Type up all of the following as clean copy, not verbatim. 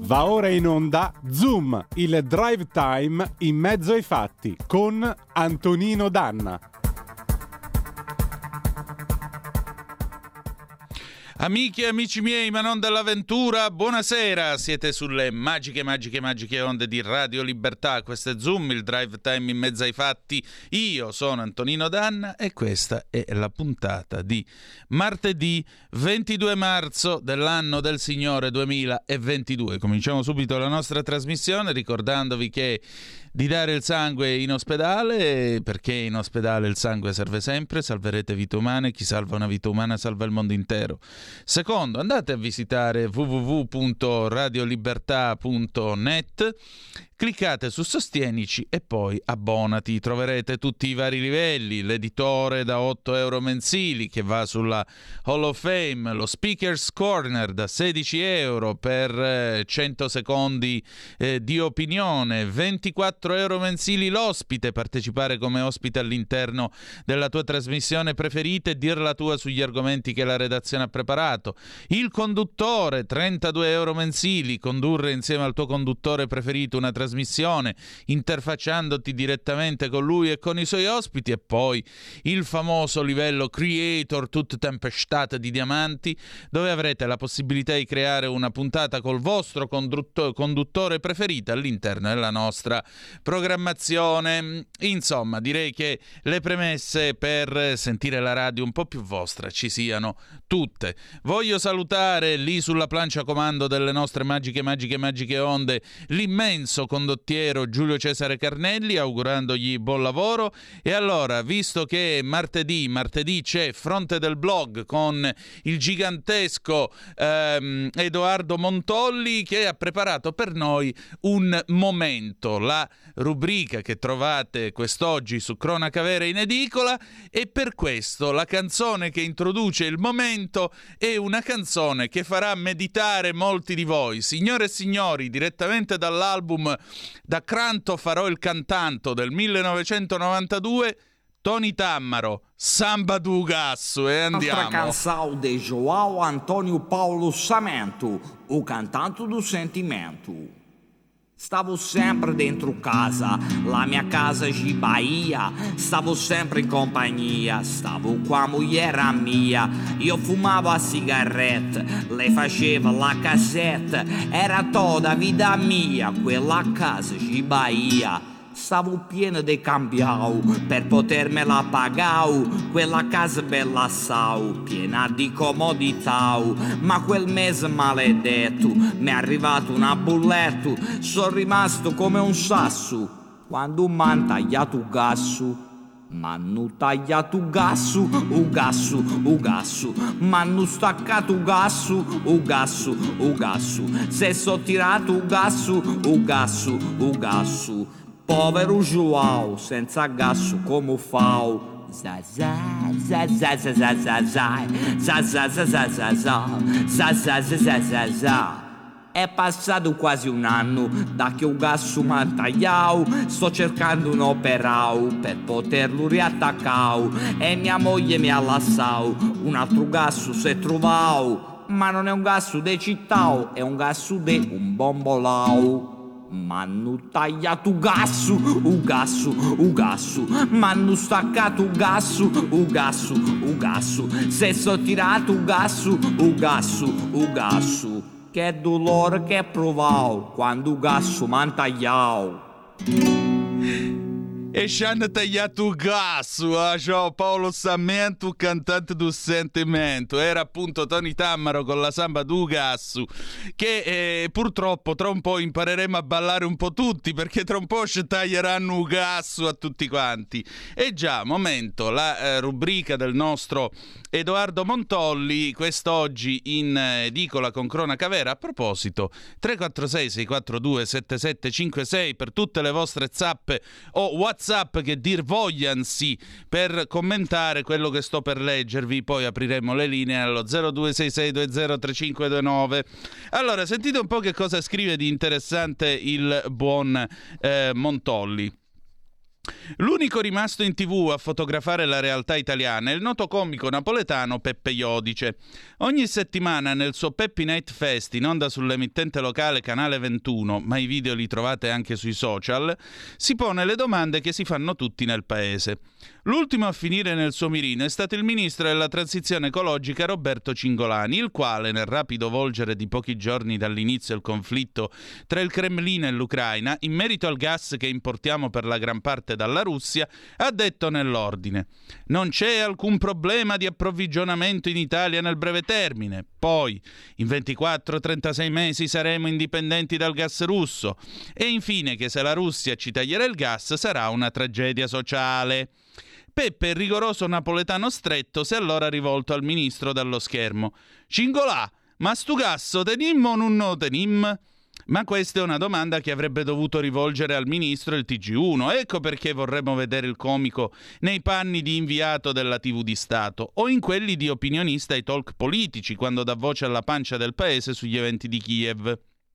Va ora in onda Zoom, il drive time in mezzo ai fatti con Antonino Danna. Amiche e amici miei, ma non dell'avventura, buonasera, siete sulle magiche onde di Radio Libertà. Questo è Zoom, il drive time in mezzo ai fatti. Io sono Antonino Danna e questa è la puntata di martedì 22 marzo dell'anno del Signore 2022. Cominciamo subito la nostra trasmissione ricordandovi che di dare il sangue in ospedale, perché in ospedale il sangue serve sempre, salverete vite umane, chi salva una vita umana salva il mondo intero. Secondo, andate a visitare www.radiolibertà.net, cliccate su Sostienici e poi abbonati. Troverete tutti i vari livelli, l'editore da 8 euro mensili che va sulla Hall of Fame, lo Speaker's Corner da 16 euro per 100 secondi di opinione, 24 euro mensili l'ospite, partecipare come ospite all'interno della tua trasmissione preferita e dir la tua sugli argomenti che la redazione ha preparato, il conduttore, 32 euro mensili, condurre insieme al tuo conduttore preferito una trasmissione interfacciandoti direttamente con lui e con i suoi ospiti, e poi il famoso livello creator, tutta tempestata di diamanti, dove avrete la possibilità di creare una puntata col vostro conduttore preferito all'interno della nostra programmazione. Insomma, direi che le premesse per sentire la radio un po' più vostra ci siano tutte. Voglio salutare lì sulla plancia comando delle nostre magiche onde l'immenso condottiero Giulio Cesare Carnelli, augurandogli buon lavoro. E allora, visto che martedì c'è Fronte del Blog con il gigantesco Edoardo Montolli, che ha preparato per noi un momento, la rubrica che trovate quest'oggi su Cronaca Vera in edicola, e per questo la canzone che introduce il momento è una canzone che farà meditare molti di voi. Signore e signori, direttamente dall'album Da Cranto farò il cantanto del 1992, Tony Tammaro, Samba do Gasso, e andiamo. Nostra canção de João Antônio Paulo Samento, o cantanto do sentimento. Stavo sempre dentro casa, la mia casa de Bahia. Stavo sempre in compagnia, stavo com a mulher mia. Io fumavo a sigaretta, lei faceva la cassetta. Era toda a vida mia, quella casa de Bahia. Stavo pieno di cambiau per potermela pagare, quella casa bella assau, piena di comodità. Ma quel mese maledetto mi è arrivato una bulletto, sono rimasto come un sasso quando m'han tagliato il gasso. M'hanno tagliato il gasso, m'hanno staccato il gasso, se so tirato il gasso. Povero João, senza gasso come fau. È passato quasi un anno da che un gasso m'ha tagliato. Sto cercando un operao per poterlo riattaccare, e mia moglie mi ha lasciato un altro gasso se trovau. Ma non è un gasso de città, è un gasso de un bombolau. M'hanno tagliato un gasso, m'hanno staccato un gasso, se so tirato un gasso. Che dolore che provavo quando un gasso m'han tagliato. E ci hanno tagliato il gasso a João Paulo Samento, cantante do sentimento. Era appunto Tony Tammaro con la Samba do Gasso, che purtroppo tra un po' impareremo a ballare un po' tutti, perché tra un po' ci taglieranno il gasso a tutti quanti. E già, momento, la rubrica del nostro Edoardo Montolli, quest'oggi in edicola con Cronaca Vera. A proposito, 346-642-7756 per tutte le vostre zappe o WhatsApp che dir vogliansi per commentare quello che sto per leggervi. Poi apriremo le linee allo 0266203529. Allora, sentite un po' che cosa scrive di interessante il buon Montolli. L'unico rimasto in TV a fotografare la realtà italiana è il noto comico napoletano Peppe Iodice. Ogni settimana nel suo Peppi Night Fest, in onda sull'emittente locale Canale 21, ma i video li trovate anche sui social, si pone le domande che si fanno tutti nel paese. L'ultimo a finire nel suo mirino è stato il ministro della transizione ecologica Roberto Cingolani, il quale, nel rapido volgere di pochi giorni dall'inizio del conflitto tra il Cremlino e l'Ucraina, in merito al gas che importiamo per la gran parte dalla Russia, ha detto nell'ordine: non c'è alcun problema di approvvigionamento in Italia nel breve termine, poi in 24-36 mesi saremo indipendenti dal gas russo, e infine che se la Russia ci taglierà il gas sarà una tragedia sociale. Peppe, rigoroso napoletano stretto, si è allora rivolto al ministro dallo schermo: Cingolà, ma stu gas tenim o non lo tenim? Ma questa è una domanda che avrebbe dovuto rivolgere al ministro il TG1. Ecco perché vorremmo vedere il comico nei panni di inviato della TV di Stato o in quelli di opinionista ai talk politici, quando dà voce alla pancia del paese sugli eventi di Kiev.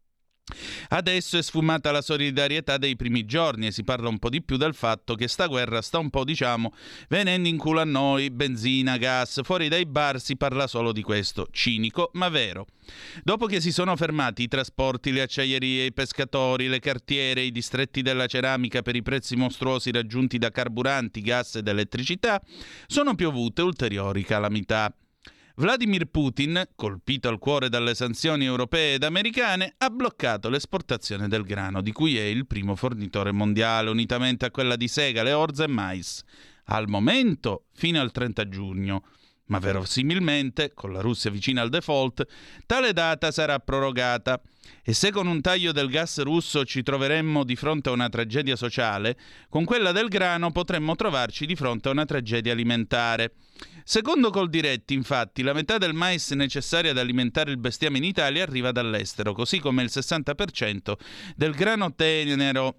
Adesso è sfumata la solidarietà dei primi giorni e si parla un po' di più del fatto che sta guerra sta un po', venendo in culo a noi, benzina, gas, fuori dai bar si parla solo di questo, cinico ma vero. Dopo che si sono fermati i trasporti, le acciaierie, i pescatori, le cartiere, i distretti della ceramica per i prezzi mostruosi raggiunti da carburanti, gas ed elettricità, sono piovute ulteriori calamità. Vladimir Putin, colpito al cuore dalle sanzioni europee ed americane, ha bloccato l'esportazione del grano, di cui è il primo fornitore mondiale, unitamente a quella di segale, orzo e mais, al momento fino al 30 giugno. Ma verosimilmente, con la Russia vicina al default, tale data sarà prorogata. E se con un taglio del gas russo ci troveremmo di fronte a una tragedia sociale, con quella del grano potremmo trovarci di fronte a una tragedia alimentare. Secondo Coldiretti, infatti, la metà del mais necessaria ad alimentare il bestiame in Italia arriva dall'estero, così come il 60% del grano tenero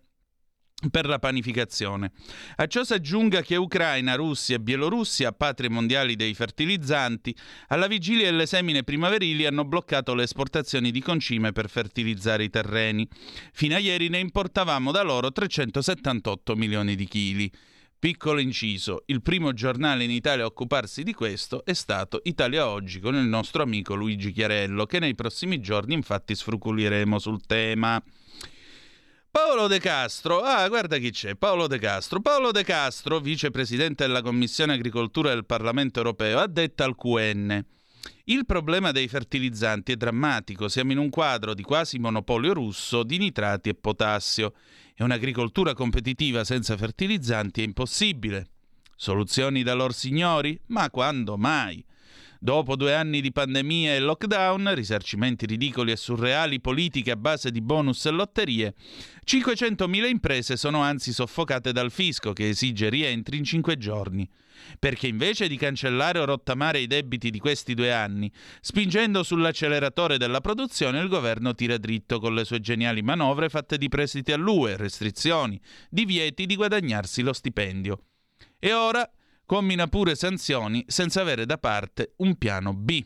per la panificazione. A ciò si aggiunga che Ucraina, Russia e Bielorussia, patrie mondiali dei fertilizzanti, alla vigilia delle semine primaverili hanno bloccato le esportazioni di concime per fertilizzare i terreni. Fino a ieri ne importavamo da loro 378 milioni di chili. Piccolo inciso, il primo giornale in Italia a occuparsi di questo è stato Italia Oggi, con il nostro amico Luigi Chiarello, che nei prossimi giorni infatti sfruculiremo sul tema. Paolo De Castro, guarda chi c'è, Paolo De Castro, vicepresidente della Commissione Agricoltura del Parlamento Europeo, ha detto al QN: il problema dei fertilizzanti è drammatico, siamo in un quadro di quasi monopolio russo di nitrati e potassio e un'agricoltura competitiva senza fertilizzanti è impossibile. Soluzioni da lor signori? Ma quando mai? Dopo 2 anni di pandemia e lockdown, risarcimenti ridicoli e surreali, politiche a base di bonus e lotterie, 500.000 imprese sono anzi soffocate dal fisco che esige rientri in 5 giorni. Perché invece di cancellare o rottamare i debiti di questi 2 anni, spingendo sull'acceleratore della produzione, il governo tira dritto con le sue geniali manovre fatte di prestiti all'UE, restrizioni, divieti di guadagnarsi lo stipendio. E ora combina pure sanzioni senza avere da parte un piano B.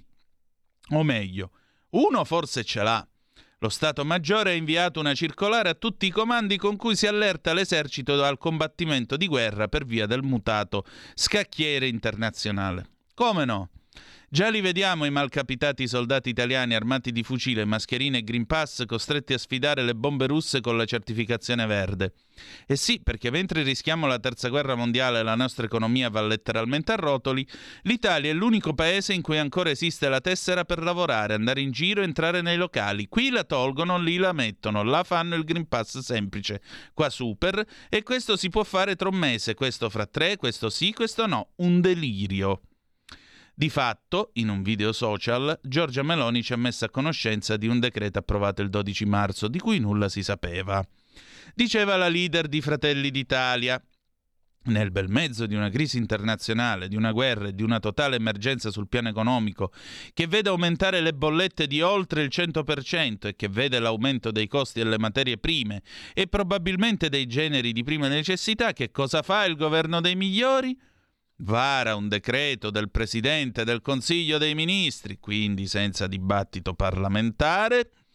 O meglio, uno forse ce l'ha. Lo Stato Maggiore ha inviato una circolare a tutti i comandi con cui si allerta l'esercito al combattimento di guerra per via del mutato scacchiere internazionale. Come no? Già li vediamo i malcapitati soldati italiani armati di fucile, mascherine e Green Pass costretti a sfidare le bombe russe con la certificazione verde. E sì, perché mentre rischiamo la terza guerra mondiale e la nostra economia va letteralmente a rotoli, l'Italia è l'unico paese in cui ancora esiste la tessera per lavorare, andare in giro, entrare nei locali. Qui la tolgono, lì la mettono, là fanno il Green Pass semplice, qua super, e questo si può fare tra un mese, questo fra 3, questo sì, questo no. Un delirio. Di fatto, in un video social, Giorgia Meloni ci ha messo a conoscenza di un decreto approvato il 12 marzo, di cui nulla si sapeva. Diceva la leader di Fratelli d'Italia: nel bel mezzo di una crisi internazionale, di una guerra e di una totale emergenza sul piano economico, che vede aumentare le bollette di oltre il 100% e che vede l'aumento dei costi delle materie prime e probabilmente dei generi di prima necessità, che cosa fa il governo dei migliori? Vara un decreto del Presidente del Consiglio dei Ministri, quindi senza dibattito parlamentare,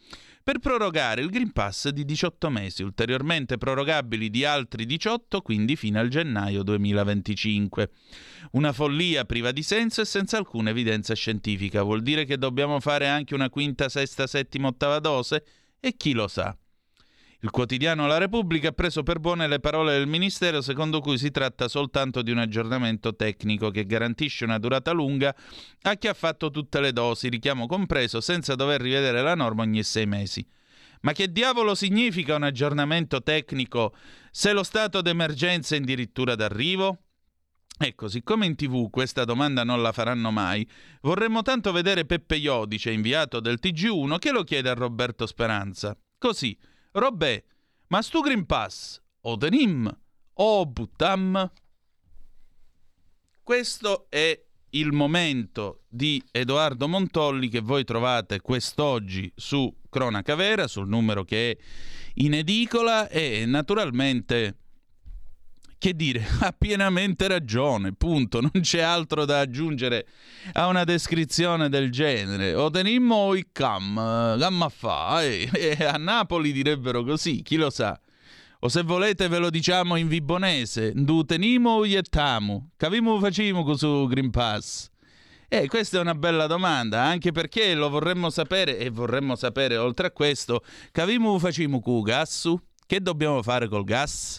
per prorogare il Green Pass di 18 mesi, ulteriormente prorogabili di altri 18, quindi fino al gennaio 2025. Una follia priva di senso e senza alcuna evidenza scientifica. Vuol dire che dobbiamo fare anche una quinta, sesta, settima, ottava dose? E chi lo sa? Il quotidiano La Repubblica ha preso per buone le parole del Ministero secondo cui si tratta soltanto di un aggiornamento tecnico che garantisce una durata lunga a chi ha fatto tutte le dosi, richiamo compreso, senza dover rivedere la norma ogni 6 mesi. Ma che diavolo significa un aggiornamento tecnico se lo stato d'emergenza è addirittura d'arrivo? Ecco, siccome in TV questa domanda non la faranno mai, vorremmo tanto vedere Peppe Iodice, inviato del TG1, che lo chiede a Roberto Speranza. Così, Robè, ma stu Green Pass o tenim o buttam? Questo è il momento di Edoardo Montolli che voi trovate quest'oggi su Cronaca Vera, sul numero che è in edicola, e naturalmente, che dire, ha pienamente ragione, punto, non c'è altro da aggiungere a una descrizione del genere. O tenimmo o i gamma fa, a Napoli direbbero così, chi lo sa. O se volete ve lo diciamo in vibonese, ndu tenimo o iettamu, cavimu facimo su Green Pass? Questa è una bella domanda, anche perché lo vorremmo sapere, e vorremmo sapere oltre a questo, cavimu facimo cu gassu? Che dobbiamo fare col gas?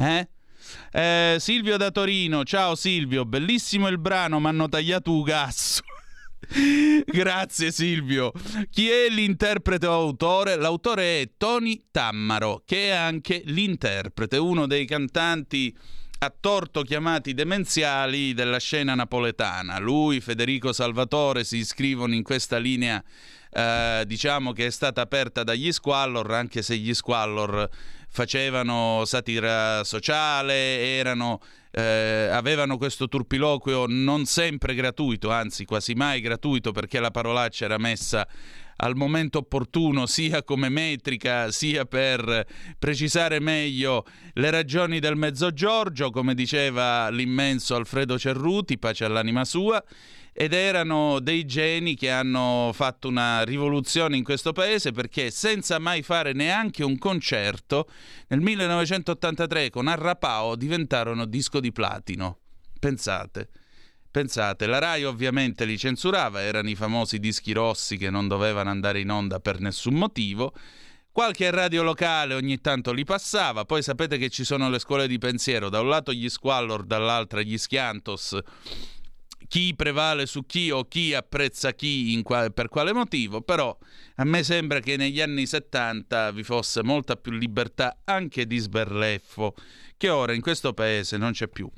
Silvio da Torino, ciao Silvio, bellissimo il brano, ma hanno tagliato un gas. Grazie Silvio. Chi è l'interprete o autore? L'autore è Tony Tammaro, che è anche l'interprete, uno dei cantanti a torto chiamati demenziali della scena napoletana. Lui, Federico Salvatore si iscrivono in questa linea diciamo che è stata aperta dagli Squallor, anche se gli Squallor facevano satira sociale, avevano questo turpiloquio non sempre gratuito, anzi quasi mai gratuito, perché la parolaccia era messa al momento opportuno, sia come metrica, sia per precisare meglio le ragioni del Mezzogiorgio, come diceva l'immenso Alfredo Cerruti, pace all'anima sua. Ed erano dei geni che hanno fatto una rivoluzione in questo paese, perché senza mai fare neanche un concerto, nel 1983 con Arrapao diventarono disco di platino. Pensate, la Rai ovviamente li censurava, erano i famosi dischi rossi che non dovevano andare in onda per nessun motivo. Qualche radio locale ogni tanto li passava, poi sapete che ci sono le scuole di pensiero, da un lato gli Squallor, dall'altra gli Schiantos. Chi prevale su chi o chi apprezza chi per quale motivo, però a me sembra che negli anni 70 vi fosse molta più libertà anche di sberleffo, che ora in questo paese non c'è più.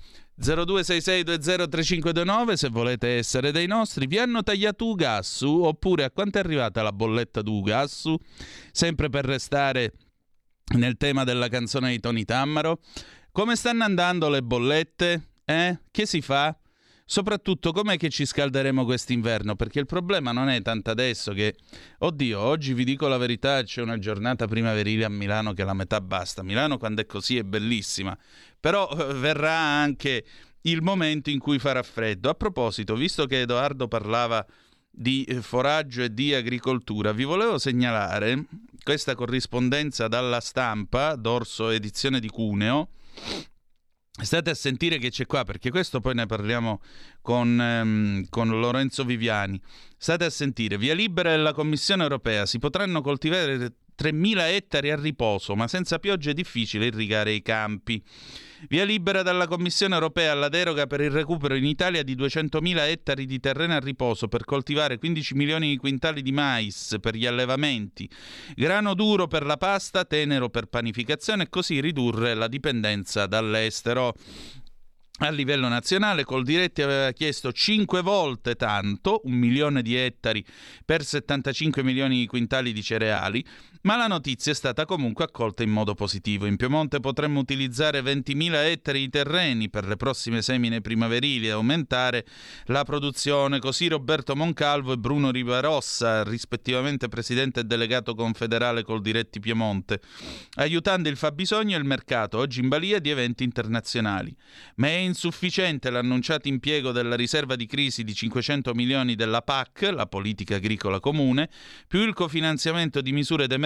0266203529 se volete essere dei nostri. Vi hanno tagliato un gassu, oppure a quanto è arrivata la bolletta du gassu? Sempre per restare nel tema della canzone di Tony Tammaro. Come stanno andando le bollette? Che si fa? Soprattutto com'è che ci scalderemo quest'inverno? Perché il problema non è tanto adesso che, oddio, oggi vi dico la verità, c'è una giornata primaverile a Milano che la metà basta. Milano quando è così è bellissima, però verrà anche il momento in cui farà freddo. A proposito, visto che Edoardo parlava di foraggio e di agricoltura, vi volevo segnalare questa corrispondenza dalla Stampa, dorso edizione di Cuneo. State a sentire che c'è qua, perché questo poi ne parliamo con Lorenzo Viviani. State a sentire. Via libera della Commissione europea. Si potranno coltivare 3.000 ettari a riposo, ma senza piogge è difficile irrigare i campi. Via libera dalla Commissione europea alla deroga per il recupero in Italia di 200.000 ettari di terreno a riposo per coltivare 15 milioni di quintali di mais per gli allevamenti, grano duro per la pasta, tenero per panificazione e così ridurre la dipendenza dall'estero. A livello nazionale Coldiretti aveva chiesto 5 volte tanto, 1 milione di ettari per 75 milioni di quintali di cereali, ma la notizia è stata comunque accolta in modo positivo. In Piemonte potremmo utilizzare 20.000 ettari di terreni per le prossime semine primaverili e aumentare la produzione. Così Roberto Moncalvo e Bruno Rivarossa, rispettivamente presidente e delegato confederale Coldiretti Piemonte, aiutando il fabbisogno e il mercato, oggi in balia di eventi internazionali. Ma è insufficiente l'annunciato impiego della riserva di crisi di 500 milioni della PAC, la politica agricola comune, più il cofinanziamento di misure d'emergenza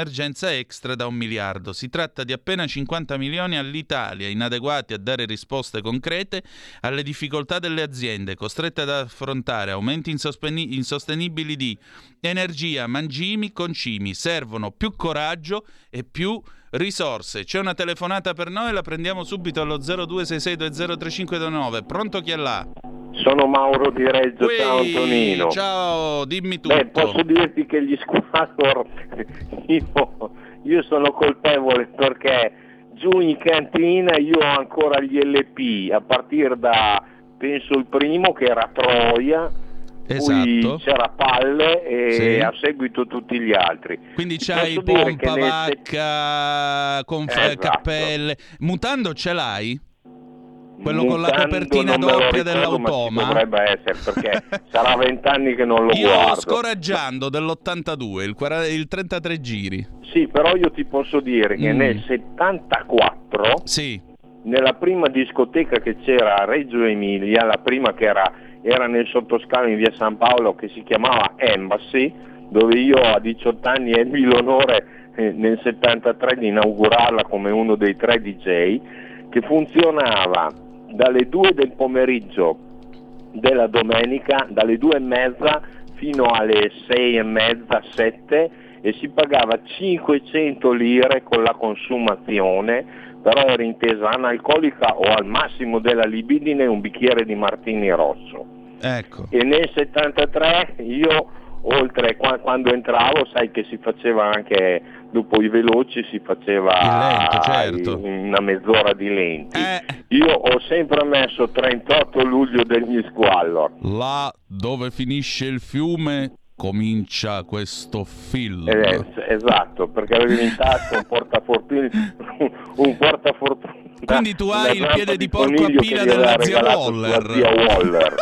emergenza extra da 1 miliardo. Si tratta di appena 50 milioni all'Italia, inadeguati a dare risposte concrete alle difficoltà delle aziende, costrette ad affrontare aumenti insostenibili di energia, mangimi, concimi. Servono più coraggio e più risorse. C'è una telefonata per noi, la prendiamo subito allo 0266203529. Pronto, chi è là? Sono Mauro di Reggio. Ciao Antonino. Ciao, dimmi tutto. Beh, posso dirti che gli Squallor io sono colpevole, perché giù in cantina io ho ancora gli LP, a partire da, penso, il primo che era Troia. Esatto. Poi c'era Palle e sì, a seguito tutti gli altri. Quindi c'hai Pompa, Vacca, esatto, Cappelle. Mutando ce l'hai? Quello Mutando con la copertina doppia dell'Automa? Ma dovrebbe essere, perché sarà 20 anni che non lo guardo. Scoraggiando dell'82, il 33 giri. Sì, però io ti posso dire che nel 74, sì, nella prima discoteca che c'era a Reggio Emilia, la prima che era nel sottoscalo in via San Paolo, che si chiamava Embassy, dove io a 18 anni ebbi l'onore nel 73 di inaugurarla come uno dei 3 DJ, che funzionava dalle 2 del pomeriggio della domenica, dalle 2:30 fino alle 6:30, 7, e si pagava 500 lire con la consumazione, però era intesa analcolica o al massimo della libidine un bicchiere di Martini rosso. Ecco. E nel 73 io, oltre quando entravo, sai che si faceva anche, dopo i veloci si faceva il lento, certo, una mezz'ora di lenti. Io ho sempre messo 38 luglio degli Squallor. Là dove finisce il fiume comincia questo film. Esatto, perché avevi in tasca un portafortuna. Quindi tu hai il piede di porco a pila della zia Waller.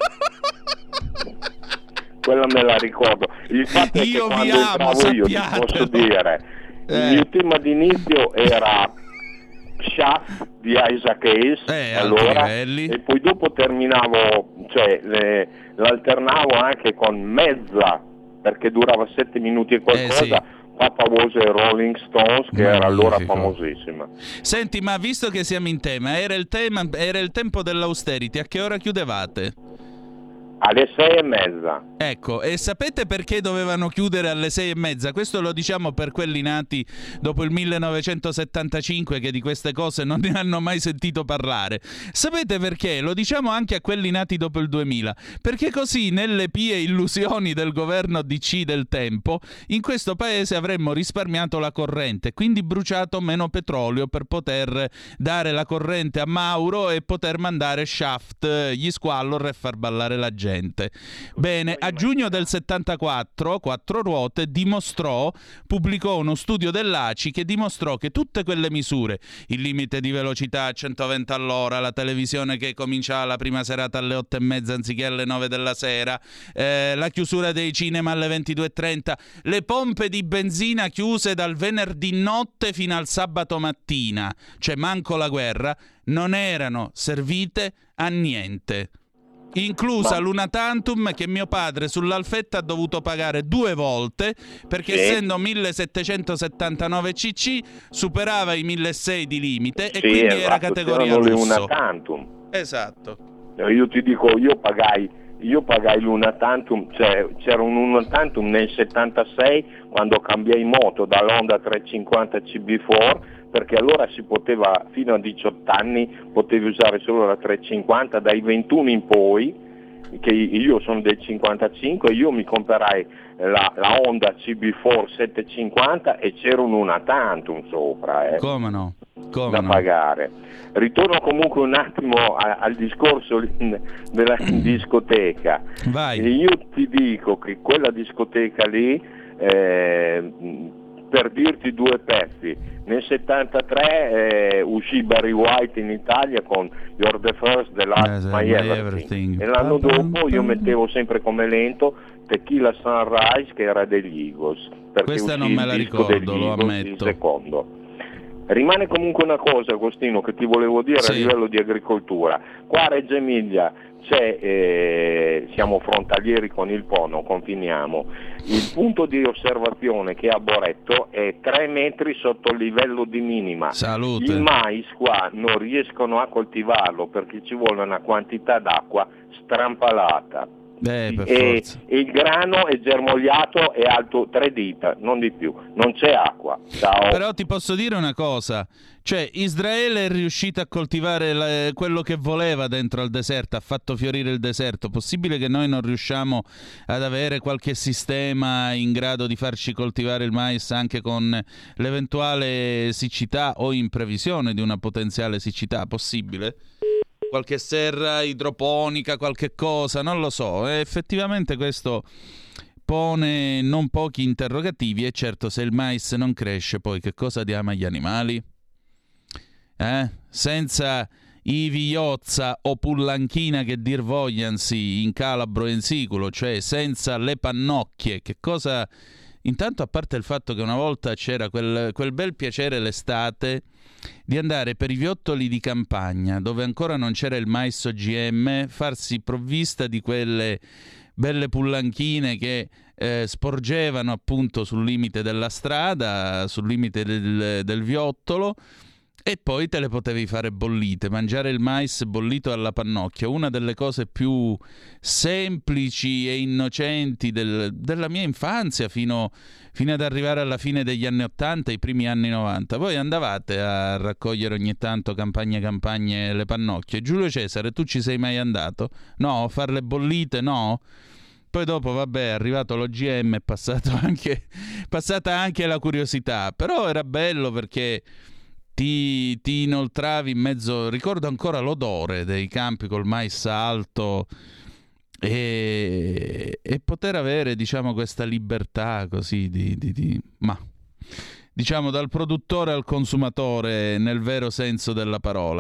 Quella me la ricordo. Il fatto è che quando entravo io, ti posso dire, il mio tema d'inizio era Shaft di Isaac Hayes, allora, e poi dopo terminavo, cioè l'alternavo anche con Mezza, perché durava 7 minuti e qualcosa. Sì. Papa Was e Rolling Stones, che era allora famosissima. Senti, ma visto che siamo in tema, era il tempo dell'austerity, a che ora chiudevate? Alle 6:30. Ecco, e sapete perché dovevano chiudere alle 6:30? Questo lo diciamo per quelli nati dopo il 1975 che di queste cose non ne hanno mai sentito parlare. Sapete perché? Lo diciamo anche a quelli nati dopo il 2000. Perché così, nelle pie illusioni del governo DC del tempo, in questo paese avremmo risparmiato la corrente, quindi bruciato meno petrolio per poter dare la corrente a Mauro e poter mandare Shaft, gli Squallor, e far ballare la gente. Bene, a giugno del 74 Quattro Ruote pubblicò uno studio dell'ACI che dimostrò che tutte quelle misure, il limite di velocità a 120 all'ora, la televisione che cominciava la prima serata alle 8:30 anziché alle 9 della sera, la chiusura dei cinema alle 22:30, le pompe di benzina chiuse dal venerdì notte fino al sabato mattina, cioè manco la guerra, non erano servite a niente. Inclusa l'una tantum che mio padre sull'Alfetta ha dovuto pagare 2 volte perché essendo 1779 cc superava i 1600 di limite e quindi era categoria lusso. Una tantum. Esatto. Io ti dico, io pagai l'una tantum, cioè c'era un una tantum nel 76 quando cambiai moto dall'Honda 350 CB4, perché allora si poteva, fino a 18 anni potevi usare solo la 350, dai 21 in poi, che io sono del 55, io mi comperai la Honda CB4 750 e c'era un una tantum sopra, come no? da pagare. Ritorno comunque un attimo al discorso della discoteca. Vai. Io ti dico che quella discoteca lì, per dirti 2 pezzi, nel 73 uscì Barry White in Italia con You're the First, The Last, My Everything, e l'anno dopo io mettevo sempre come lento Tequila Sunrise, che era degli Eagles, perché questa uscì non me la il disco ricordo, degli lo Eagles, ammetto. il secondo. Rimane comunque una cosa, Agostino, che ti volevo dire a livello di agricoltura. Qua a Reggio Emilia siamo frontalieri con il Po, non confiniamo. Il punto di osservazione che è a Boretto è 3 metri sotto il livello di minima. Salute. Il mais qua non riescono a coltivarlo perché ci vuole una quantità d'acqua strampalata. E il grano è germogliato, è alto 3 dita, non di più, non c'è acqua. Ciao. Però ti posso dire una cosa, cioè Israele è riuscito a coltivare quello che voleva dentro al deserto, ha fatto fiorire il deserto. Possibile che noi non riusciamo ad avere qualche sistema in grado di farci coltivare il mais anche con l'eventuale siccità o in previsione di una potenziale siccità? Possibile? Qualche serra idroponica, qualche cosa, non lo so. Effettivamente questo pone non pochi interrogativi, e certo, se il mais non cresce, poi che cosa diamo agli animali? Senza i viozza o pullanchina che dir vogliansi in calabro e in siculo, cioè senza le pannocchie, che cosa... Intanto, a parte il fatto che una volta c'era quel bel piacere l'estate di andare per i viottoli di campagna, dove ancora non c'era il mais OGM, farsi provvista di quelle belle pullanchine che sporgevano appunto sul limite della strada, sul limite del viottolo, e poi te le potevi fare bollite, mangiare il mais bollito alla pannocchia, una delle cose più semplici e innocenti della mia infanzia fino ad arrivare alla fine degli anni 80, i primi anni 90. Voi andavate a raccogliere ogni tanto campagne le pannocchie. Giulio Cesare, tu ci sei mai andato? No? Farle bollite? No? Poi dopo, vabbè, è arrivato l'OGM, è passata anche la curiosità, però era bello perché ti inoltravi in mezzo. Ricordo ancora l'odore dei campi col mais alto e poter avere, diciamo, questa libertà così ma diciamo dal produttore al consumatore nel vero senso della parola.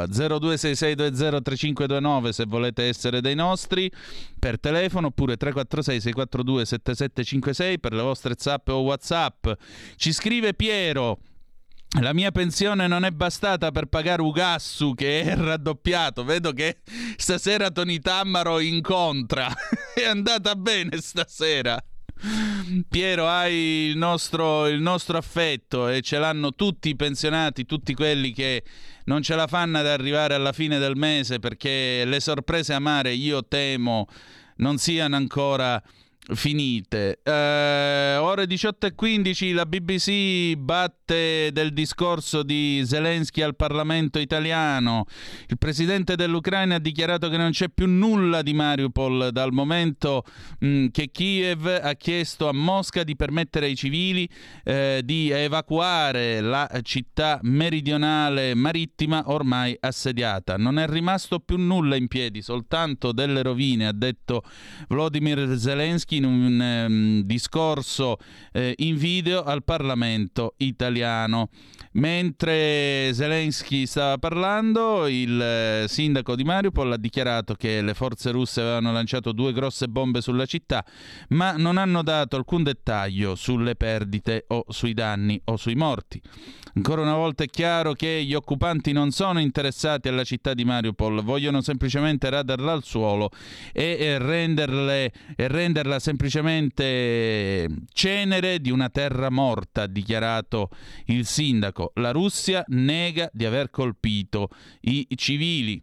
0266203529 se volete essere dei nostri per telefono, oppure 346 642 7756 per le vostre zap o WhatsApp. Ci scrive Piero: la mia pensione non è bastata per pagare Ugassu, che è raddoppiato. Vedo che stasera Tony Tammaro incontra. È andata bene stasera. Piero, hai il nostro affetto, e ce l'hanno tutti i pensionati, tutti quelli che non ce la fanno ad arrivare alla fine del mese, perché le sorprese amare, io temo, non siano ancora finite. Ore 18:15, la BBC batte del discorso di Zelensky al Parlamento italiano. Il presidente dell'Ucraina ha dichiarato che non c'è più nulla di Mariupol dal momento che Kiev ha chiesto a Mosca di permettere ai civili di evacuare la città meridionale marittima ormai assediata. Non è rimasto più nulla in piedi, soltanto delle rovine, ha detto Volodymyr Zelensky in un discorso in video al Parlamento italiano. Mentre Zelensky stava parlando, il sindaco di Mariupol ha dichiarato che le forze russe avevano lanciato 2 grosse bombe sulla città, ma non hanno dato alcun dettaglio sulle perdite o sui danni o sui morti. Ancora una volta è chiaro che gli occupanti non sono interessati alla città di Mariupol, vogliono semplicemente raderla al suolo e renderla semplicemente cenere di una terra morta, ha dichiarato il sindaco. La Russia nega di aver colpito i civili.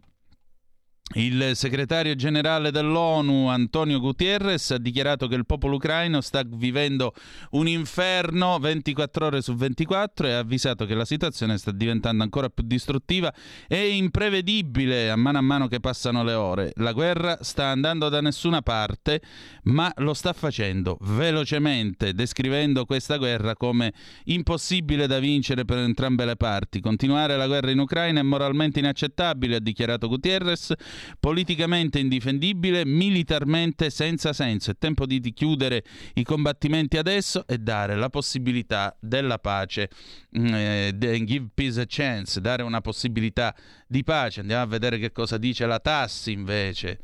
Il segretario generale dell'ONU Antonio Guterres ha dichiarato che il popolo ucraino sta vivendo un inferno 24 ore su 24 e ha avvisato che la situazione sta diventando ancora più distruttiva e imprevedibile a mano che passano le ore. La guerra sta andando da nessuna parte, ma lo sta facendo velocemente, descrivendo questa guerra come impossibile da vincere per entrambe le parti. Continuare la guerra in Ucraina è moralmente inaccettabile, ha dichiarato Guterres, politicamente indifendibile, militarmente senza senso. È tempo di chiudere i combattimenti adesso e dare la possibilità della pace, give peace a chance, dare una possibilità di pace. Andiamo a vedere che cosa dice la TASS invece.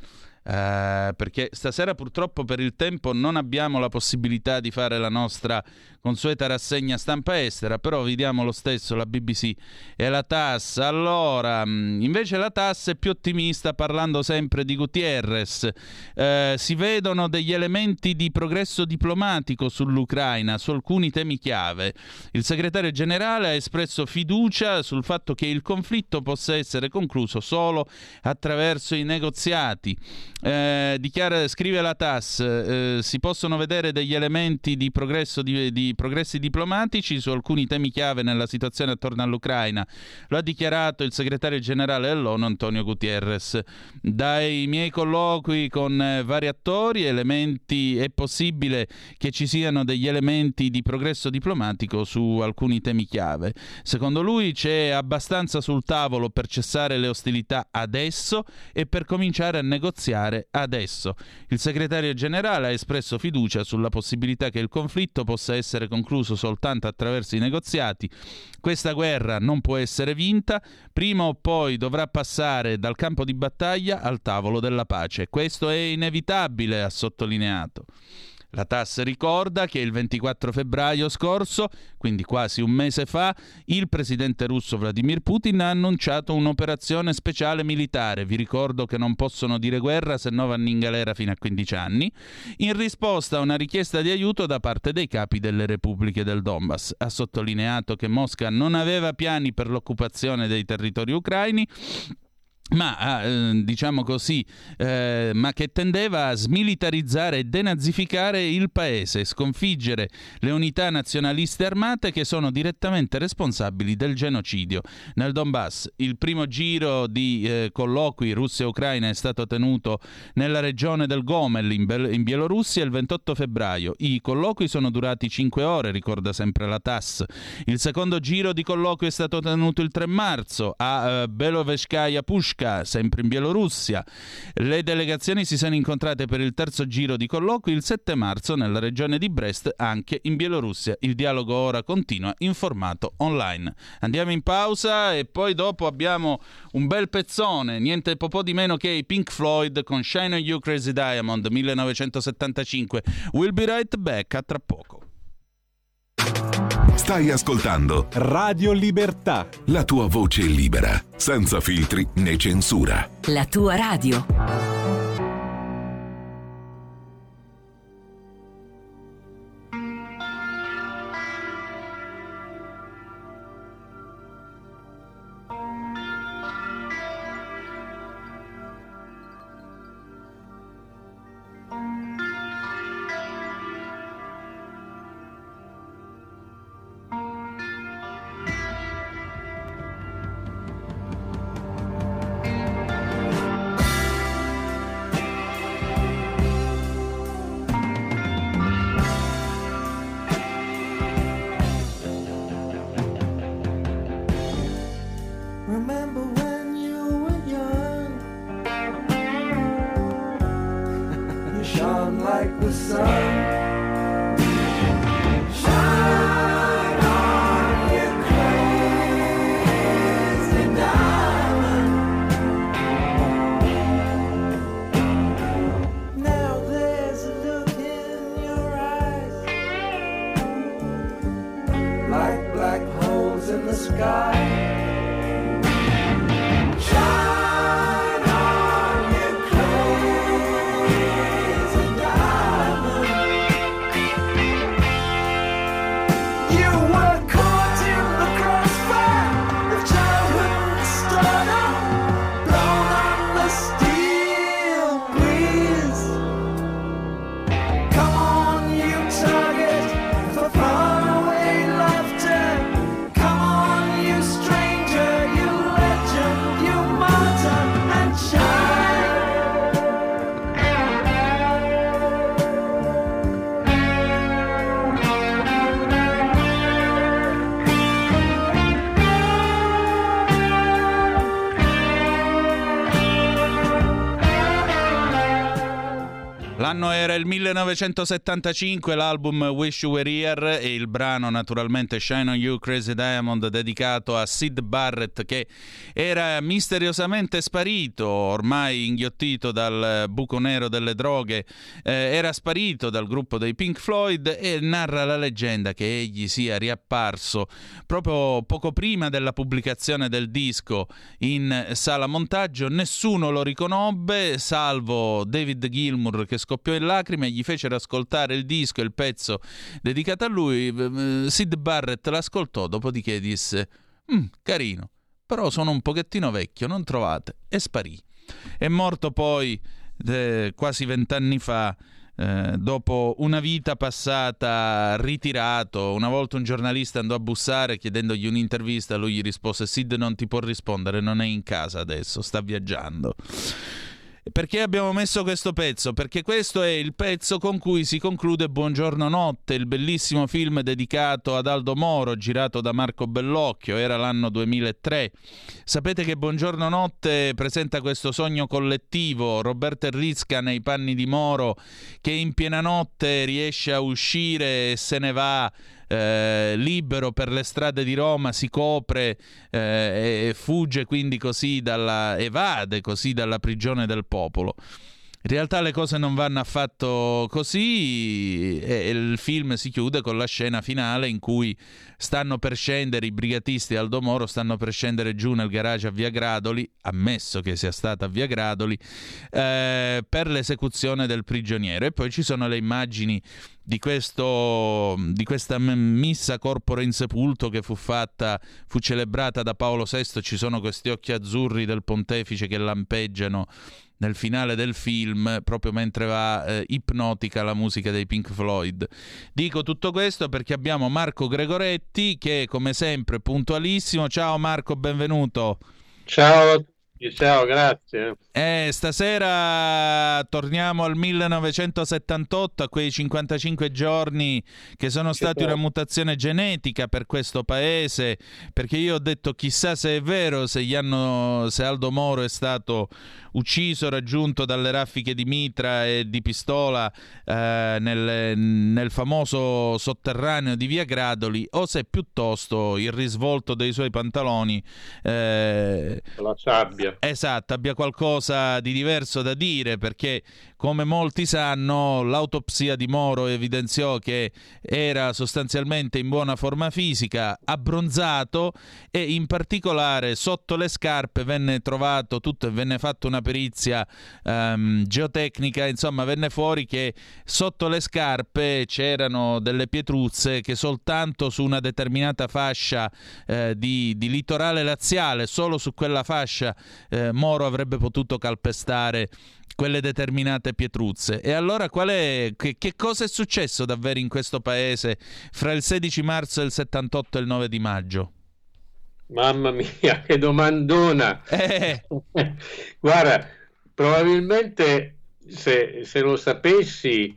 perché stasera purtroppo per il tempo non abbiamo la possibilità di fare la nostra consueta rassegna stampa estera, però vi diamo lo stesso la BBC e la TASS. Allora, invece la TASS è più ottimista, parlando sempre di Gutierrez. Si vedono degli elementi di progresso diplomatico sull'Ucraina, su alcuni temi chiave. Il segretario generale ha espresso fiducia sul fatto che il conflitto possa essere concluso solo attraverso i negoziati. Scrive la TASS, si possono vedere degli elementi di progresso di progressi diplomatici su alcuni temi chiave nella situazione attorno all'Ucraina. Lo ha dichiarato il segretario generale dell'ONU Antonio Gutierrez. Dai miei colloqui con vari attori è possibile che ci siano degli elementi di progresso diplomatico su alcuni temi chiave. Secondo lui c'è abbastanza sul tavolo per cessare le ostilità adesso e per cominciare a negoziare adesso. Il segretario generale ha espresso fiducia sulla possibilità che il conflitto possa essere concluso soltanto attraverso i negoziati. Questa guerra non può essere vinta, prima o poi dovrà passare dal campo di battaglia al tavolo della pace. Questo è inevitabile, ha sottolineato. La TASS ricorda che il 24 febbraio scorso, quindi quasi un mese fa, il presidente russo Vladimir Putin ha annunciato un'operazione speciale militare. Vi ricordo che non possono dire guerra se no vanno in galera fino a 15 anni, in risposta a una richiesta di aiuto da parte dei capi delle repubbliche del Donbass. Ha sottolineato che Mosca non aveva piani per l'occupazione dei territori ucraini, ma che tendeva a smilitarizzare e denazificare il paese, sconfiggere le unità nazionaliste armate che sono direttamente responsabili del genocidio nel Donbass. Il primo giro di colloqui Russia e Ucraina è stato tenuto nella regione del Gomel in Bielorussia il 28 febbraio. I colloqui sono durati 5 ore, ricorda sempre la TASS. Il secondo giro di colloqui è stato tenuto il 3 marzo a Beloveskaya Pushka, sempre in Bielorussia. Le delegazioni si sono incontrate per il terzo giro di colloqui il 7 marzo nella regione di Brest, anche in Bielorussia. Il dialogo ora continua in formato online. Andiamo in pausa e poi dopo abbiamo un bel pezzone, niente po' di meno che i Pink Floyd con Shine on You Crazy Diamond 1975. We'll be right back, a tra poco. Stai ascoltando Radio Libertà, la tua voce libera, senza filtri né censura. La tua radio. Remember when you were young, you shone like the sun. Shine on, you crazy diamond. Now there's a look in your eyes, like black holes in the sky. Shine on, you crazy diamond. L'anno era il 1975, l'album Wish You Were Here e il brano naturalmente Shine On You Crazy Diamond, dedicato a Syd Barrett, che era misteriosamente sparito, ormai inghiottito dal buco nero delle droghe, era sparito dal gruppo dei Pink Floyd, e narra la leggenda che egli sia riapparso proprio poco prima della pubblicazione del disco in sala montaggio. Nessuno lo riconobbe, salvo David Gilmour, che scoppiò in lacrime e gli fecero ascoltare il disco e il pezzo dedicato a lui. Syd Barrett l'ascoltò, dopodiché disse: carino, però sono un pochettino vecchio, non trovate? E sparì. È morto poi quasi 20 anni fa, dopo una vita passata ritirato. Una volta un giornalista andò a bussare chiedendogli un'intervista, lui gli rispose: Sid non ti può rispondere, non è in casa adesso, sta viaggiando. Perché abbiamo messo questo pezzo? Perché questo è il pezzo con cui si conclude Buongiorno Notte, il bellissimo film dedicato ad Aldo Moro, girato da Marco Bellocchio. Era l'anno 2003. Sapete che Buongiorno Notte presenta questo sogno collettivo: Roberto Enrisca nei panni di Moro, che in piena notte riesce a uscire e se ne va libero per le strade di Roma, si copre e fugge quindi così evade così dalla prigione del popolo. In realtà le cose non vanno affatto così, e il film si chiude con la scena finale in cui stanno per scendere i brigatisti Aldo Moro, stanno per scendere giù nel garage a Via Gradoli, ammesso che sia stata a Via Gradoli, per l'esecuzione del prigioniero. E poi ci sono le immagini di questa missa corpore insepulto che fu celebrata da Paolo VI. Ci sono questi occhi azzurri del pontefice che lampeggiano nel finale del film, proprio mentre va ipnotica la musica dei Pink Floyd. Dico tutto questo perché abbiamo Marco Gregoretti, che come sempre puntualissimo. Ciao Marco, benvenuto. Ciao, ciao, grazie. Stasera torniamo al 1978, a quei 55 giorni che sono stati una mutazione genetica per questo paese, perché io ho detto chissà se è vero, se Aldo Moro è stato ucciso, raggiunto dalle raffiche di mitra e di pistola nel famoso sotterraneo di Via Gradoli, o se piuttosto il risvolto dei suoi pantaloni La sabbia. esatto, abbia qualcosa di diverso da dire, perché come molti sanno l'autopsia di Moro evidenziò che era sostanzialmente in buona forma fisica, abbronzato, e in particolare sotto le scarpe venne fatta una perizia geotecnica, insomma venne fuori che sotto le scarpe c'erano delle pietruzze che soltanto su una determinata fascia di litorale laziale, solo su quella fascia Moro avrebbe potuto calpestare quelle determinate pietruzze. E allora che cosa è successo davvero in questo paese fra il 16 marzo del 78 e il 9 di maggio? Mamma mia, che domandona! Guarda, probabilmente se lo sapessi,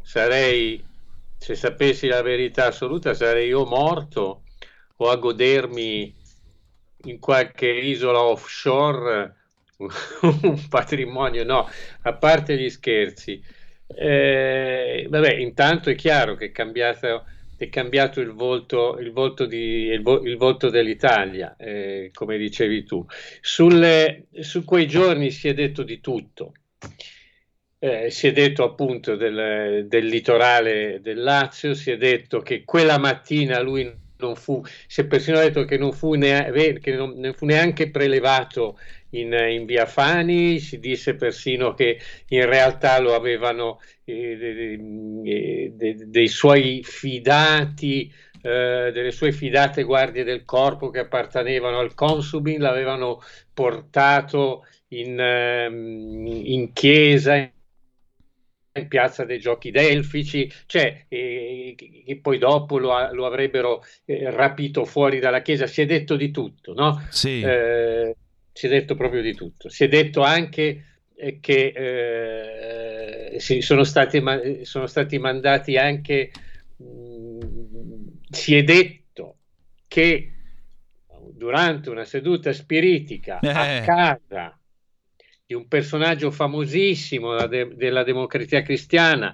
se sapessi la verità assoluta, sarei o morto o a godermi in qualche isola offshore un patrimonio. No, a parte gli scherzi. Vabbè, intanto è chiaro che è cambiato il volto dell'Italia, come dicevi tu. Su quei giorni si è detto di tutto. Si è detto appunto del litorale del Lazio, si è detto che quella mattina lui si è persino detto che non fu neanche prelevato in via Fani. Si disse persino che in realtà lo avevano dei suoi fidati, delle sue fidate guardie del corpo che appartenevano al Consubin, l'avevano portato in chiesa, in piazza dei Giochi Delfici, e poi dopo lo avrebbero rapito fuori dalla chiesa. Si è detto di tutto, no? Sì. Si è detto proprio di tutto. Si è detto anche che sono stati mandati anche. Si è detto che durante una seduta spiritica a casa di un personaggio famosissimo della Democrazia Cristiana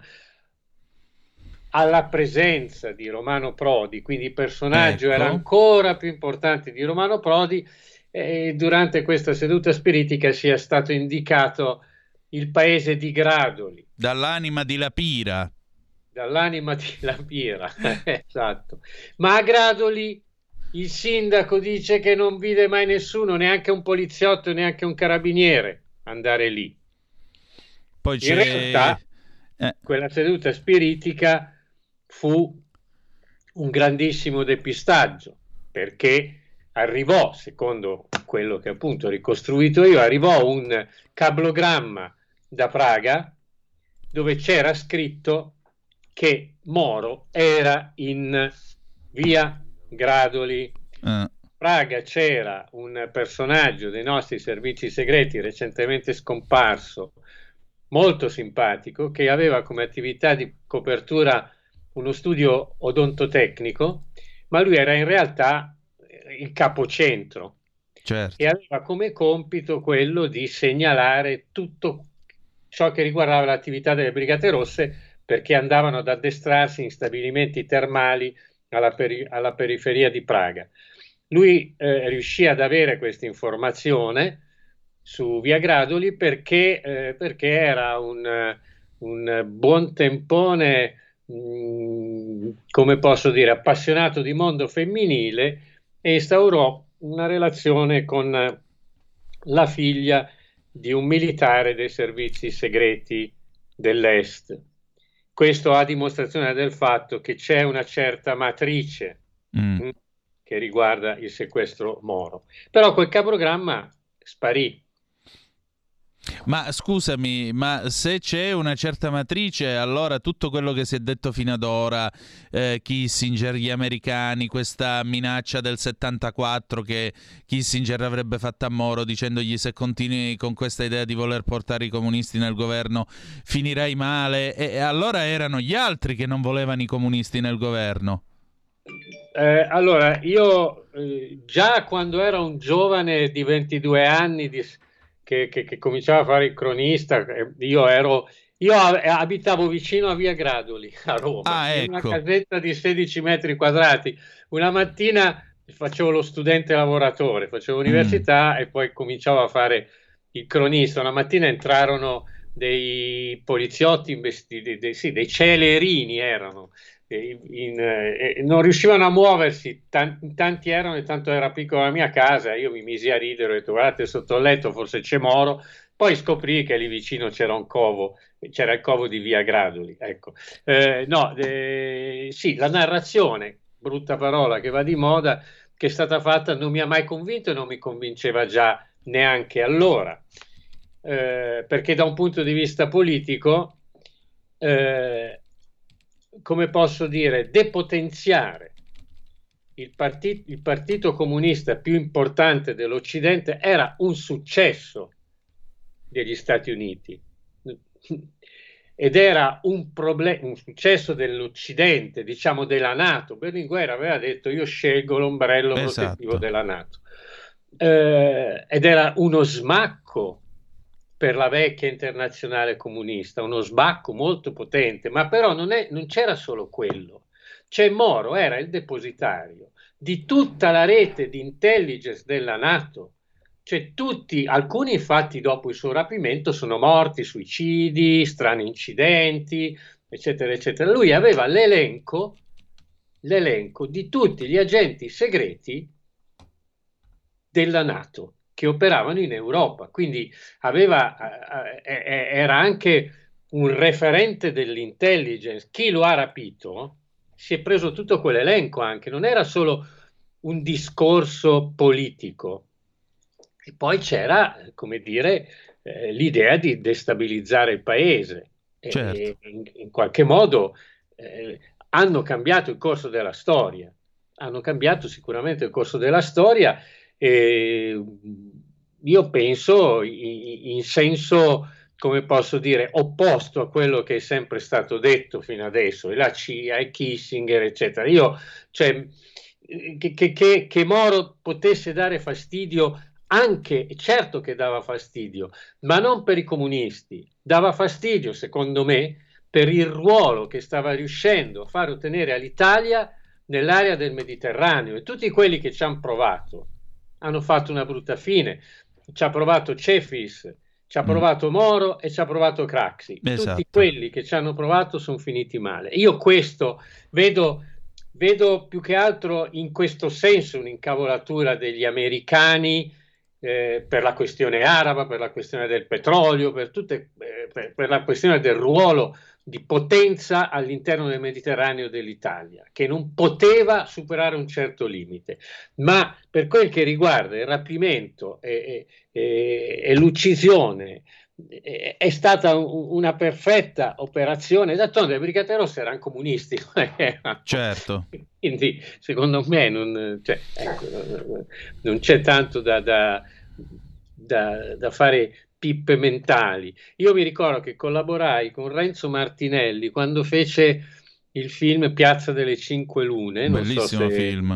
alla presenza di Romano Prodi, quindi il personaggio era Ecco. ancora più importante di Romano Prodi, e durante questa seduta spiritica sia stato indicato il paese di Gradoli, Dall'anima di Lapira. dall'anima di Lapira, esatto. Ma a Gradoli il sindaco dice che non vide mai nessuno, neanche un poliziotto, neanche un carabiniere andare lì. Poi In c'è... realtà quella seduta spiritica fu un grandissimo depistaggio, perché arrivò, secondo quello che appunto ho ricostruito io, arrivò un cablogramma da Praga dove c'era scritto che Moro era in via Gradoli. Praga c'era un personaggio dei nostri servizi segreti recentemente scomparso, molto simpatico, che aveva come attività di copertura uno studio odontotecnico, ma lui era in realtà il capocentro Certo. e aveva come compito quello di segnalare tutto ciò che riguardava l'attività delle Brigate Rosse, perché andavano ad addestrarsi in stabilimenti termali alla periferia di Praga. Lui riuscì ad avere questa informazione su via Gradoli perché era un buon tempone, come posso dire, appassionato di mondo femminile, e instaurò una relazione con la figlia di un militare dei servizi segreti dell'Est. Questo a dimostrazione del fatto che c'è una certa matrice che riguarda il sequestro Moro. Però quel cablogramma sparì. Ma scusami, ma se c'è una certa matrice, allora tutto quello che si è detto fino ad ora, Kissinger, gli americani, questa minaccia del 74 che Kissinger avrebbe fatto a Moro dicendogli: se continui con questa idea di voler portare i comunisti nel governo finirai male, e allora erano gli altri che non volevano i comunisti nel governo. Allora, io già quando ero un giovane di 22 anni che cominciava a fare il cronista, io abitavo vicino a via Gradoli a Roma, in una ecco. casetta di 16 metri quadrati. Una mattina facevo lo studente lavoratore, facevo università e poi cominciavo a fare il cronista. Una mattina entrarono dei poliziotti dei celerini erano, non riuscivano a muoversi, tanti erano e tanto era piccola la mia casa. Io mi misi a ridere e ho detto: guardate, sotto il letto forse c'è Moro. Poi scoprì che lì vicino c'era un covo, c'era il covo di via Gradoli, ecco. Sì, la narrazione, brutta parola che va di moda, che è stata fatta, non mi ha mai convinto e non mi convinceva già neanche allora, perché da un punto di vista politico, come posso dire, depotenziare il partito comunista più importante dell'Occidente era un successo degli Stati Uniti ed era un successo dell'Occidente, diciamo della NATO. Berlinguer aveva detto: io scelgo l'ombrello protettivo della NATO, ed era uno smacco per la vecchia internazionale comunista, uno sbacco molto potente. Ma però non c'era solo quello, cioè Moro era il depositario di tutta la rete di intelligence della NATO, cioè alcuni infatti dopo il suo rapimento sono morti, suicidi, strani incidenti, eccetera eccetera. Lui aveva l'elenco di tutti gli agenti segreti della NATO che operavano in Europa, quindi era anche un referente dell'intelligence. Chi lo ha rapito si è preso tutto quell'elenco, anche non era solo un discorso politico. E poi c'era, come dire, l'idea di destabilizzare il paese. Certo. E in qualche modo hanno cambiato il corso della storia. Hanno cambiato sicuramente il corso della storia. Io penso in senso, come posso dire, opposto a quello che è sempre stato detto fino adesso, e la CIA, e Kissinger, eccetera. Cioè, che Moro potesse dare fastidio anche, certo che dava fastidio, ma non per i comunisti, dava fastidio, secondo me, per il ruolo che stava riuscendo a far ottenere all'Italia nell'area del Mediterraneo, e tutti quelli che ci hanno provato hanno fatto una brutta fine. Ci ha provato Cefis, ci ha provato Moro e ci ha provato Craxi. Esatto. Tutti quelli che ci hanno provato sono finiti male. Io questo vedo più che altro in questo senso un'incavolatura degli americani, per la questione araba, per la questione del petrolio, per la questione del ruolo di potenza all'interno del Mediterraneo dell'Italia, che non poteva superare un certo limite. Ma per quel che riguarda il rapimento e l'uccisione, è stata una perfetta operazione. D'altronde le Brigate Rosse erano comunisti. Certo. Quindi secondo me non c'è tanto da fare pippe mentali. Io mi ricordo che collaborai con Renzo Martinelli quando fece il film Piazza delle Cinque Lune. Bellissimo film.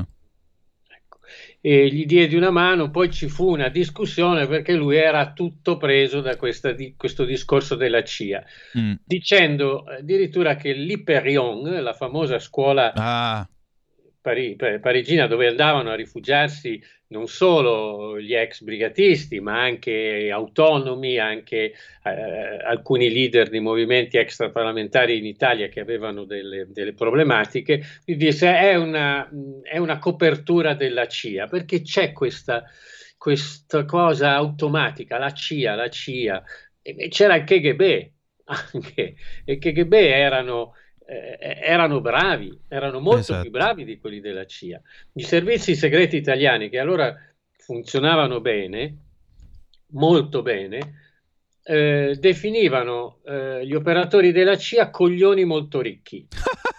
E gli diedi una mano, poi ci fu una discussione perché lui era tutto preso da questo discorso della CIA, dicendo addirittura che l'Hyperion, la famosa scuola parigina dove andavano a rifugiarsi non solo gli ex brigatisti, ma anche autonomi, anche alcuni leader di movimenti extraparlamentari in Italia che avevano delle problematiche, mi disse è una copertura della CIA, perché c'è questa cosa automatica, la CIA, e c'era il KGB anche, e il KGB erano bravi, erano molto più bravi di quelli della CIA. I servizi segreti italiani, che allora funzionavano bene, molto bene, definivano gli operatori della CIA coglioni molto ricchi.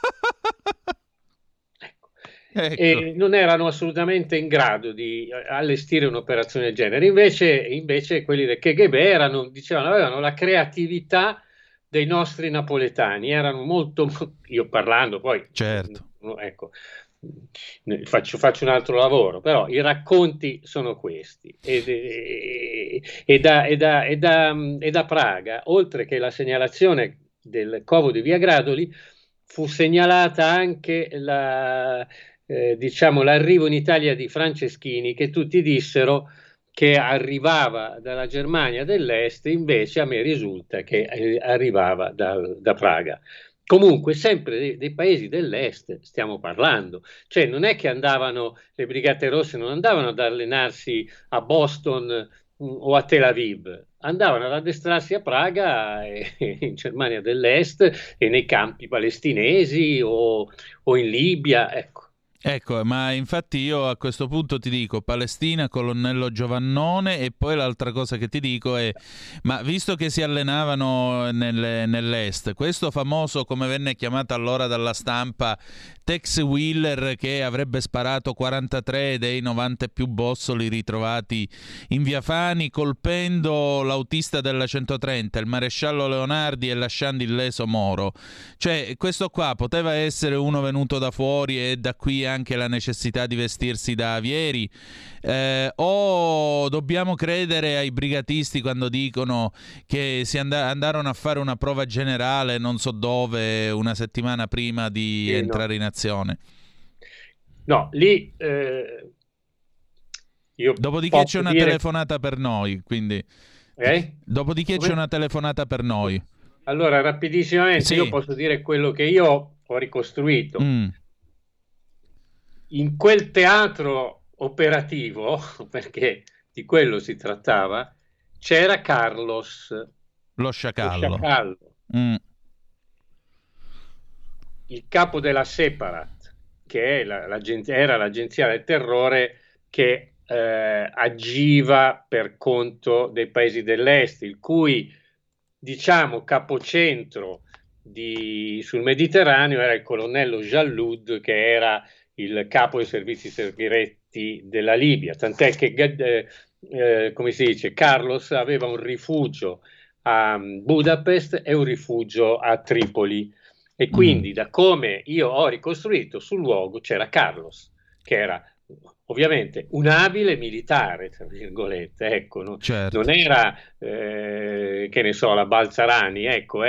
Ecco. E non erano assolutamente in grado di allestire un'operazione del genere. Invece quelli del KGB avevano la creatività dei nostri napoletani, erano molto, io parlando poi, certo, ecco, faccio un altro lavoro, però i racconti sono questi, e da Praga, oltre che la segnalazione del covo di Via Gradoli, fu segnalata anche l'arrivo in Italia di Franceschini, che tutti dissero che arrivava dalla Germania dell'Est, invece a me risulta che arrivava da Praga. Comunque sempre dei paesi dell'Est stiamo parlando, cioè non è che le Brigate Rosse non andavano ad allenarsi a Boston o a Tel Aviv, andavano ad addestrarsi a Praga e in Germania dell'Est e nei campi palestinesi o in Libia, ecco. Ecco, ma infatti io a questo punto ti dico Palestina, colonnello Giovannone, e poi l'altra cosa che ti dico è, ma visto che si allenavano nell'est, questo famoso, come venne chiamato allora dalla stampa, Tex Wheeler, che avrebbe sparato 43 dei 90 più bossoli ritrovati in via Fani, colpendo l'autista della 130, il maresciallo Leonardi, e lasciando illeso Moro, cioè questo qua poteva essere uno venuto da fuori e da qui anche la necessità di vestirsi da avieri, o dobbiamo credere ai brigatisti quando dicono che si andarono a fare una prova generale non so dove una settimana prima di entrare in azione? No, lì io dopodiché c'è una telefonata per noi, quindi dopodiché c'è una telefonata per noi. Allora rapidissimamente io posso dire quello che io ho ricostruito. In quel teatro operativo, perché di quello si trattava, c'era Carlos, lo sciacallo. Il capo della Separat, che era l'agenzia del terrore che agiva per conto dei paesi dell'est, il cui, diciamo, capocentro sul Mediterraneo era il colonnello Jalloud, che era il capo dei servizi segreti della Libia, tant'è che come si dice, Carlos aveva un rifugio a Budapest e un rifugio a Tripoli, e quindi da come io ho ricostruito sul luogo c'era Carlos, che era ovviamente un abile militare, tra virgolette, ecco, Certo. non era, che ne so, la Balzarani, ecco,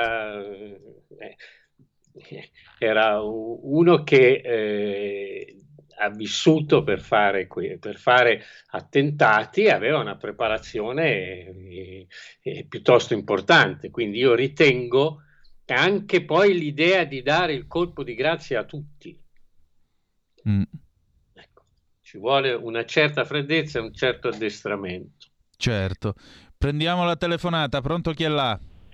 era uno che ha vissuto per fare attentati, aveva una preparazione piuttosto importante, quindi io ritengo che anche poi l'idea di dare il colpo di grazia a tutti. Ecco, ci vuole una certa freddezza e un certo addestramento. Certo. Prendiamo la telefonata, pronto, chi è là?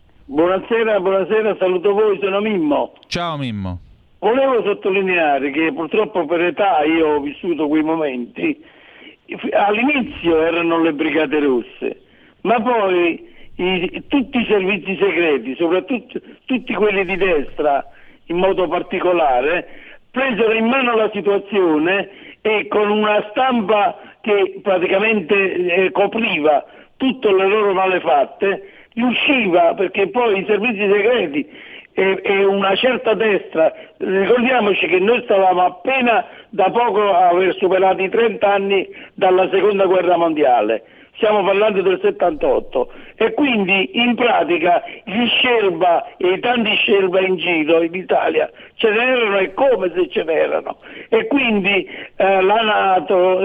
Buonasera, saluto voi, sono Mimmo. Ciao Mimmo. Volevo sottolineare che purtroppo per età io ho vissuto quei momenti. All'inizio erano le Brigate Rosse, ma poi tutti i servizi segreti, soprattutto tutti quelli di destra in modo particolare, presero in mano la situazione e con una stampa che praticamente copriva tutte le loro malefatte, riusciva, perché poi i servizi segreti e una certa destra, ricordiamoci che noi stavamo appena da poco a aver superato i 30 anni dalla seconda guerra mondiale, stiamo parlando del 78, e quindi in pratica gli Scelba e i tanti Scelba in giro in Italia ce n'erano e come se ce n'erano, e quindi la NATO,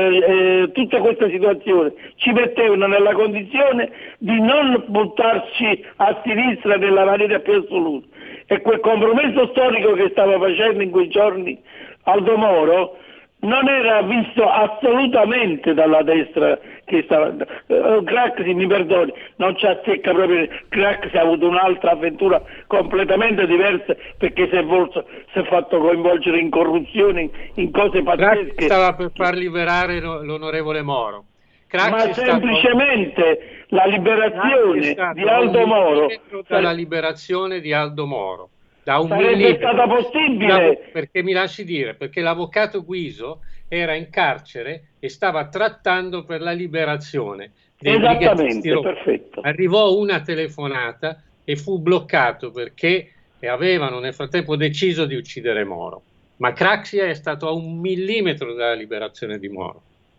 tutta questa situazione ci mettevano nella condizione di non buttarci a sinistra nella maniera più assoluta, e quel compromesso storico che stava facendo in quei giorni Aldo Moro non era visto assolutamente dalla destra che stava. Craxi, mi perdoni, non ci azzecca proprio. Craxi ha avuto un'altra avventura completamente diversa, perché si è fatto coinvolgere in corruzione, in cose pazzesche. Craxi stava per far liberare l'onorevole Moro. Ma semplicemente la liberazione di Aldo Moro, dalla liberazione di Aldo Moro, da un sarebbe stata possibile, perché mi lasci dire, perché l'avvocato Guiso era in carcere e stava trattando per la liberazione dei brigatisti romani. Perfetto. Arrivò una telefonata e fu bloccato perché avevano nel frattempo deciso di uccidere Moro, ma Craxi è stato a 1 millimetro dalla liberazione di Moro.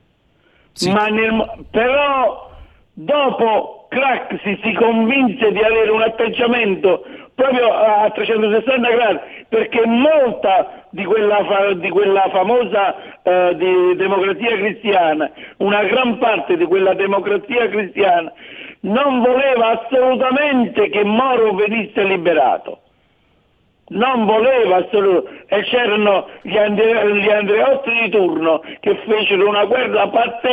Sì. Però dopo Craxi si convinse di avere un atteggiamento proprio a 360 gradi, perché molta di quella famosa di democrazia cristiana, una gran parte di quella democrazia cristiana non voleva assolutamente che Moro venisse liberato. Non voleva assolutamente, e c'erano gli Andreotti di turno che fecero una guerra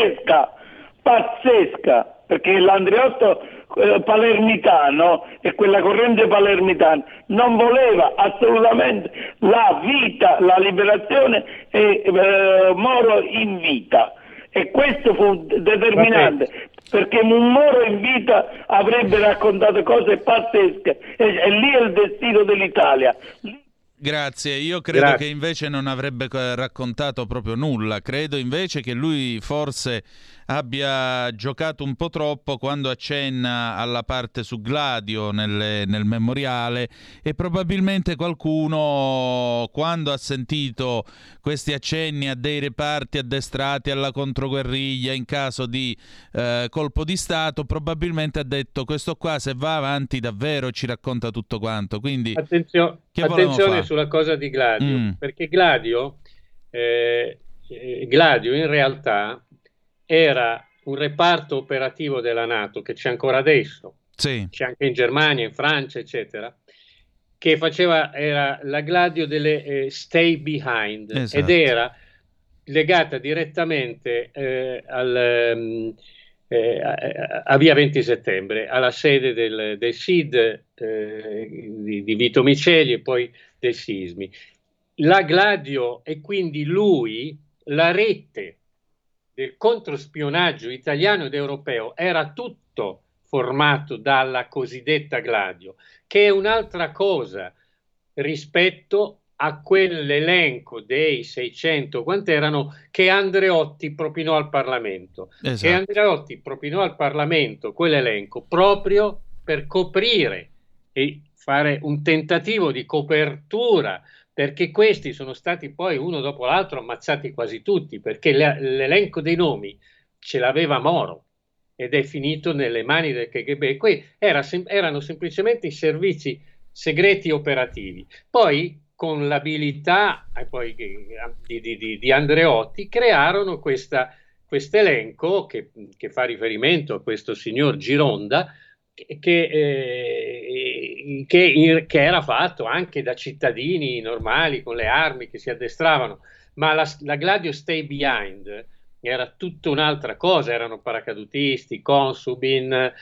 pazzesca, perché l'Andreotto palermitano e quella corrente palermitana non voleva assolutamente la vita, la liberazione e Moro in vita, e questo fu determinante, perché un Moro in vita avrebbe raccontato cose pazzesche, e lì è il destino dell'Italia. Grazie, io credo che invece non avrebbe raccontato proprio nulla, credo invece che lui forse abbia giocato un po' troppo quando accenna alla parte su Gladio nel memoriale, e probabilmente qualcuno, quando ha sentito questi accenni a dei reparti addestrati alla controguerriglia in caso di colpo di Stato, probabilmente ha detto: questo qua se va avanti davvero ci racconta tutto quanto. Quindi attenzione sulla cosa di Gladio, perché Gladio in realtà era un reparto operativo della NATO che c'è ancora adesso, sì, c'è anche in Germania, in Francia, eccetera, che era la Gladio delle stay behind, esatto, ed era legata direttamente a via 20 settembre, alla sede del SID di Vito Miceli e poi del Sismi. La Gladio, e quindi lui, la rete del controspionaggio italiano ed europeo, era tutto formato dalla cosiddetta Gladio, che è un'altra cosa rispetto a quell'elenco dei 600, quant'erano, che Andreotti propinò al Parlamento. esatto. E Andreotti propinò al Parlamento quell'elenco proprio per coprire e fare un tentativo di copertura perché questi sono stati poi uno dopo l'altro ammazzati quasi tutti, perché l'elenco dei nomi ce l'aveva Moro ed è finito nelle mani del KGB. Erano semplicemente i servizi segreti operativi. Poi, con l'abilità di Andreotti, crearono questo elenco che fa riferimento a questo signor Gironda, che era fatto anche da cittadini normali con le armi che si addestravano, ma la Gladio Stay Behind era tutta un'altra cosa, erano paracadutisti, consubin,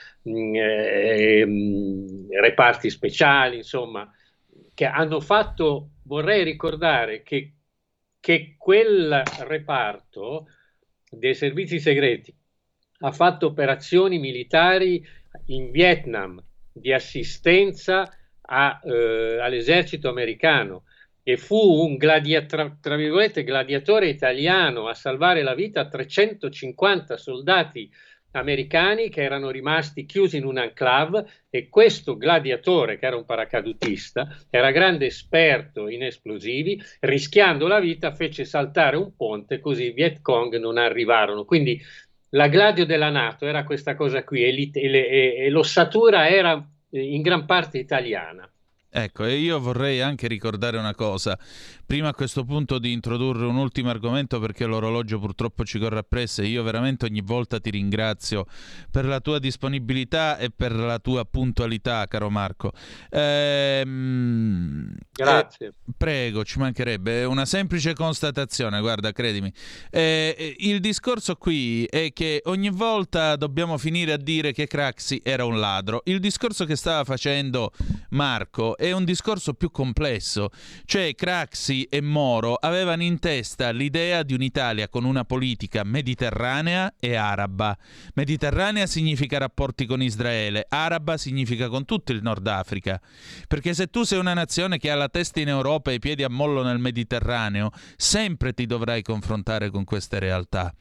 reparti speciali, insomma, che hanno fatto, vorrei ricordare che quel reparto dei servizi segreti ha fatto operazioni militari in Vietnam di assistenza all'esercito americano, e fu un tra virgolette gladiatore italiano a salvare la vita a 350 soldati americani che erano rimasti chiusi in un enclave, e questo gladiatore, che era un paracadutista, era grande esperto in esplosivi, rischiando la vita fece saltare un ponte, così i Viet Cong non arrivarono. Quindi la Gladio della NATO era questa cosa qui, e l'ossatura era in gran parte italiana. Ecco, e io vorrei anche ricordare una cosa, prima a questo punto di introdurre un ultimo argomento, perché l'orologio purtroppo ci corre appresso, e io veramente ogni volta ti ringrazio per la tua disponibilità e per la tua puntualità, caro Marco. Grazie. Prego, ci mancherebbe, è una semplice constatazione, guarda, credimi. Il discorso qui è che ogni volta dobbiamo finire a dire che Craxi era un ladro. Il discorso che stava facendo Marco è un discorso più complesso, cioè Craxi e Moro avevano in testa l'idea di un'Italia con una politica mediterranea e araba. Mediterranea significa rapporti con Israele, araba significa con tutto il Nord Africa, perché se tu sei una nazione che ha la testa in Europa e i piedi a mollo nel Mediterraneo, sempre ti dovrai confrontare con queste realtà.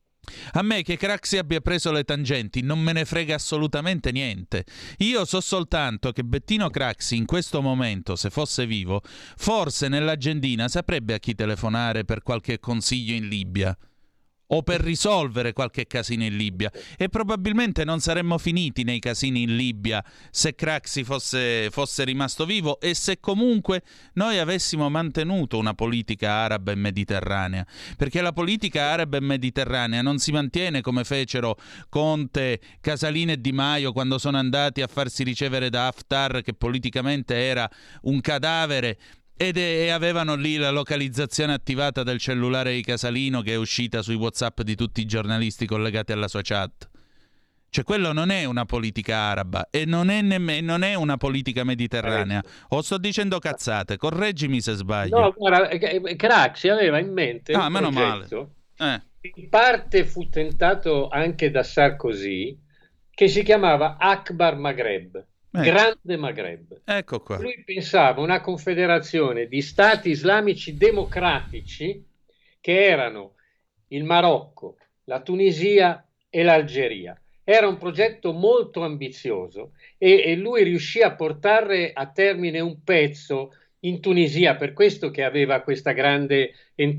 A me che Craxi abbia preso le tangenti non me ne frega assolutamente niente. Io so soltanto che Bettino Craxi in questo momento, se fosse vivo, forse nell'agendina saprebbe a chi telefonare per qualche consiglio in Libia o per risolvere qualche casino in Libia, e probabilmente non saremmo finiti nei casini in Libia se Craxi fosse rimasto vivo, e se comunque noi avessimo mantenuto una politica araba e mediterranea, perché la politica araba e mediterranea non si mantiene come fecero Conte, Casalino e Di Maio quando sono andati a farsi ricevere da Haftar, che politicamente era un cadavere, e avevano lì la localizzazione attivata del cellulare di Casalino, che è uscita sui WhatsApp di tutti i giornalisti collegati alla sua chat. Cioè, quello non è una politica araba e non è una politica mediterranea. O sto dicendo cazzate, correggimi se sbaglio. No, guarda, Craxi aveva in mente un meno progetto, male. in parte fu tentato anche da Sarkozy, che si chiamava Akbar Maghreb. Grande Maghreb. Ecco qua. Lui pensava una confederazione di stati islamici democratici che erano il Marocco, la Tunisia e l'Algeria. Era un progetto molto ambizioso, e lui riuscì a portare a termine un pezzo in Tunisia, per questo che aveva questa grande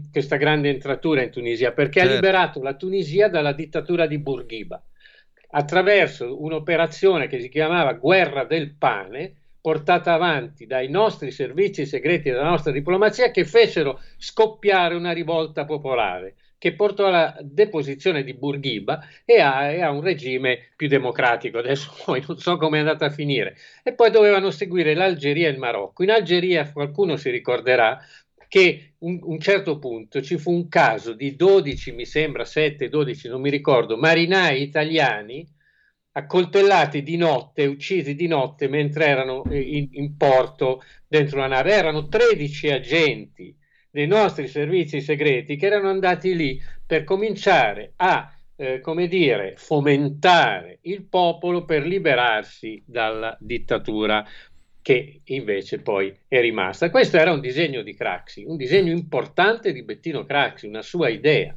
entratura in Tunisia, perché ha liberato la Tunisia dalla dittatura di Bourguiba, attraverso un'operazione che si chiamava Guerra del Pane, portata avanti dai nostri servizi segreti e dalla nostra diplomazia, che fecero scoppiare una rivolta popolare che portò alla deposizione di Bourguiba e a un regime più democratico. Adesso poi non so come è andata a finire. E poi dovevano seguire l'Algeria e il Marocco. In Algeria qualcuno si ricorderà che un certo punto ci fu un caso di 12, mi sembra 7, 12, non mi ricordo, marinai italiani accoltellati di notte, uccisi di notte mentre erano in porto dentro la nave. Erano 13 agenti dei nostri servizi segreti che erano andati lì per cominciare a fomentare il popolo per liberarsi dalla dittatura che invece poi è rimasta. Questo era un disegno di Craxi, un disegno importante di Bettino Craxi, una sua idea.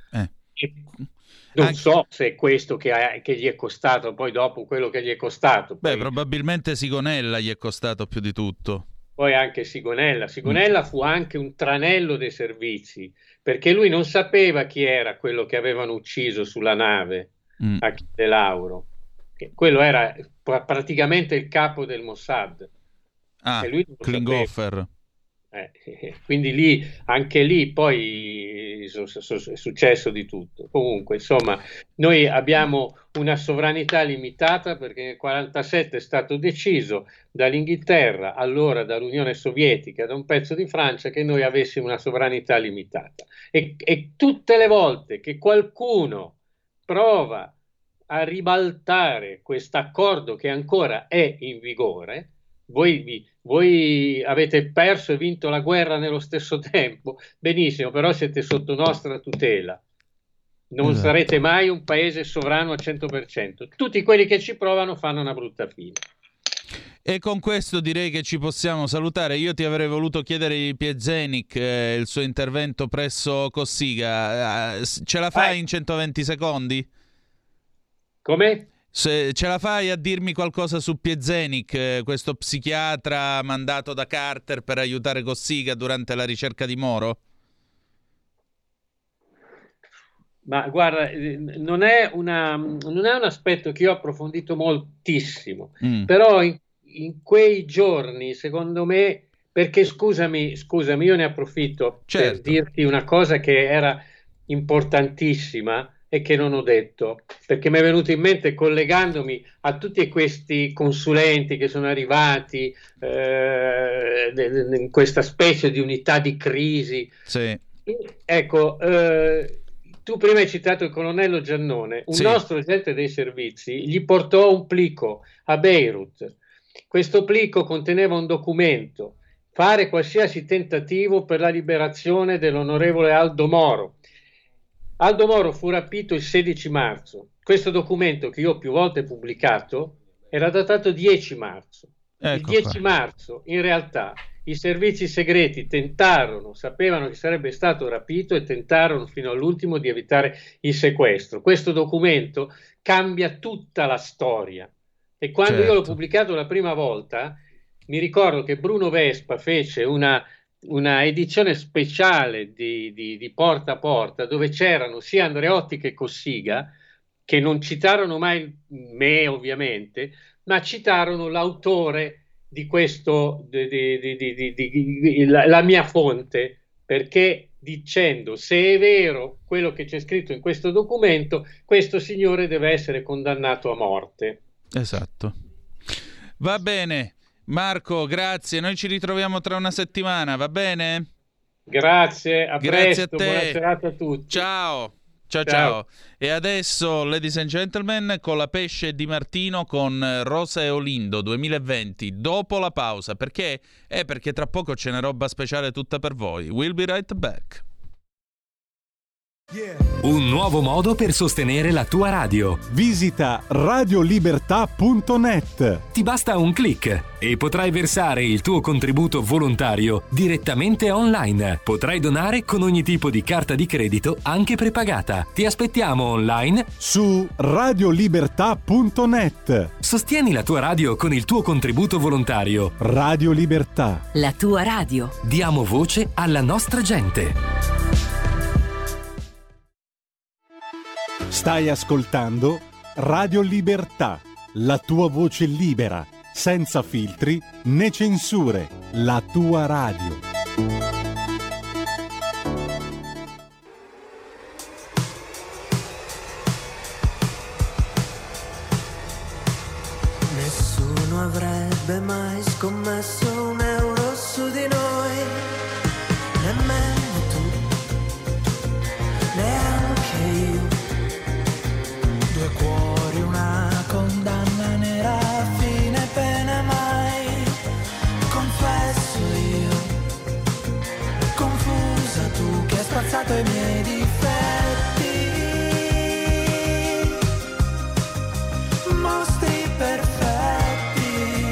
Non so se è questo che gli è costato poi dopo quello che gli è costato. Beh, probabilmente Sigonella gli è costato più di tutto. poi anche Sigonella. Sigonella fu anche un tranello dei servizi, perché lui non sapeva chi era quello che avevano ucciso sulla nave, Achille Lauro. Che quello era praticamente il capo del Mossad. E lui non lo Klinghoffer. Quindi lì, anche lì poi è successo di tutto. Comunque, insomma, noi abbiamo una sovranità limitata perché nel 1947 è stato deciso dall'Inghilterra, allora dall'Unione Sovietica, da un pezzo di Francia, che noi avessimo una sovranità limitata. E tutte le volte che qualcuno prova a ribaltare questo accordo che ancora è in vigore, voi avete perso e vinto la guerra nello stesso tempo, benissimo, però siete sotto nostra tutela, non sarete mai un paese sovrano al 100%. Tutti quelli che ci provano fanno una brutta fine. E con questo direi che ci possiamo salutare. Io ti avrei voluto chiedere di Piezenic il suo intervento presso Cossiga. Ce la fai in 120 secondi? Come? Se ce la fai a dirmi qualcosa su Piezenic, questo psichiatra mandato da Carter per aiutare Cossiga durante la ricerca di Moro? Ma guarda, non è un aspetto che io ho approfondito moltissimo, però in quei giorni, secondo me, perché scusami, io ne approfitto per dirti una cosa che era importantissima e che non ho detto, perché mi è venuto in mente collegandomi a tutti questi consulenti che sono arrivati in questa specie di unità di crisi. Sì. Ecco, tu prima hai citato il colonnello Giannone, un nostro agente dei servizi gli portò un plico a Beirut. Questo plico conteneva un documento: fare qualsiasi tentativo per la liberazione dell'onorevole Aldo Moro. Aldo Moro fu rapito il 16 marzo. Questo documento, che io ho più volte pubblicato, era datato 10 marzo. Il 10 marzo, in realtà, i servizi segreti sapevano che sarebbe stato rapito e tentarono fino all'ultimo di evitare il sequestro. Questo documento cambia tutta la storia. E quando io l'ho pubblicato la prima volta, mi ricordo che Bruno Vespa fece una edizione speciale di Porta a Porta, dove c'erano sia Andreotti che Cossiga, che non citarono mai me ovviamente, ma citarono l'autore di questo, la mia fonte, perché dicendo: se è vero quello che c'è scritto in questo documento, questo signore deve essere condannato a morte. Esatto. Va bene. Marco, grazie. Noi ci ritroviamo tra una settimana, va bene? Grazie, Grazie presto, a te. buona serata a tutti. Ciao. Ciao. E adesso, ladies and gentlemen, con la pesce Di Martino con Rosa e Olindo 2020, dopo la pausa. Perché? Perché tra poco ce n'è roba speciale tutta per voi. We'll be right back. Un nuovo modo per sostenere la tua radio. Visita radiolibertà.net. Ti basta un click e potrai versare il tuo contributo volontario direttamente online. Potrai donare con ogni tipo di carta di credito, anche prepagata. Ti aspettiamo online su radiolibertà.net. Sostieni la tua radio con il tuo contributo volontario. Radio Libertà. La tua radio. Diamo voce alla nostra gente. Stai ascoltando Radio Libertà, la tua voce libera, senza filtri né censure, la tua radio. Nessuno avrebbe mai scommesso un euro su di noi, nemmeno tu, neanche io. Due cuori, una condanna nera, fine pena mai. Confesso io, confusa tu che hai spazzato i miei difetti, mostri perfetti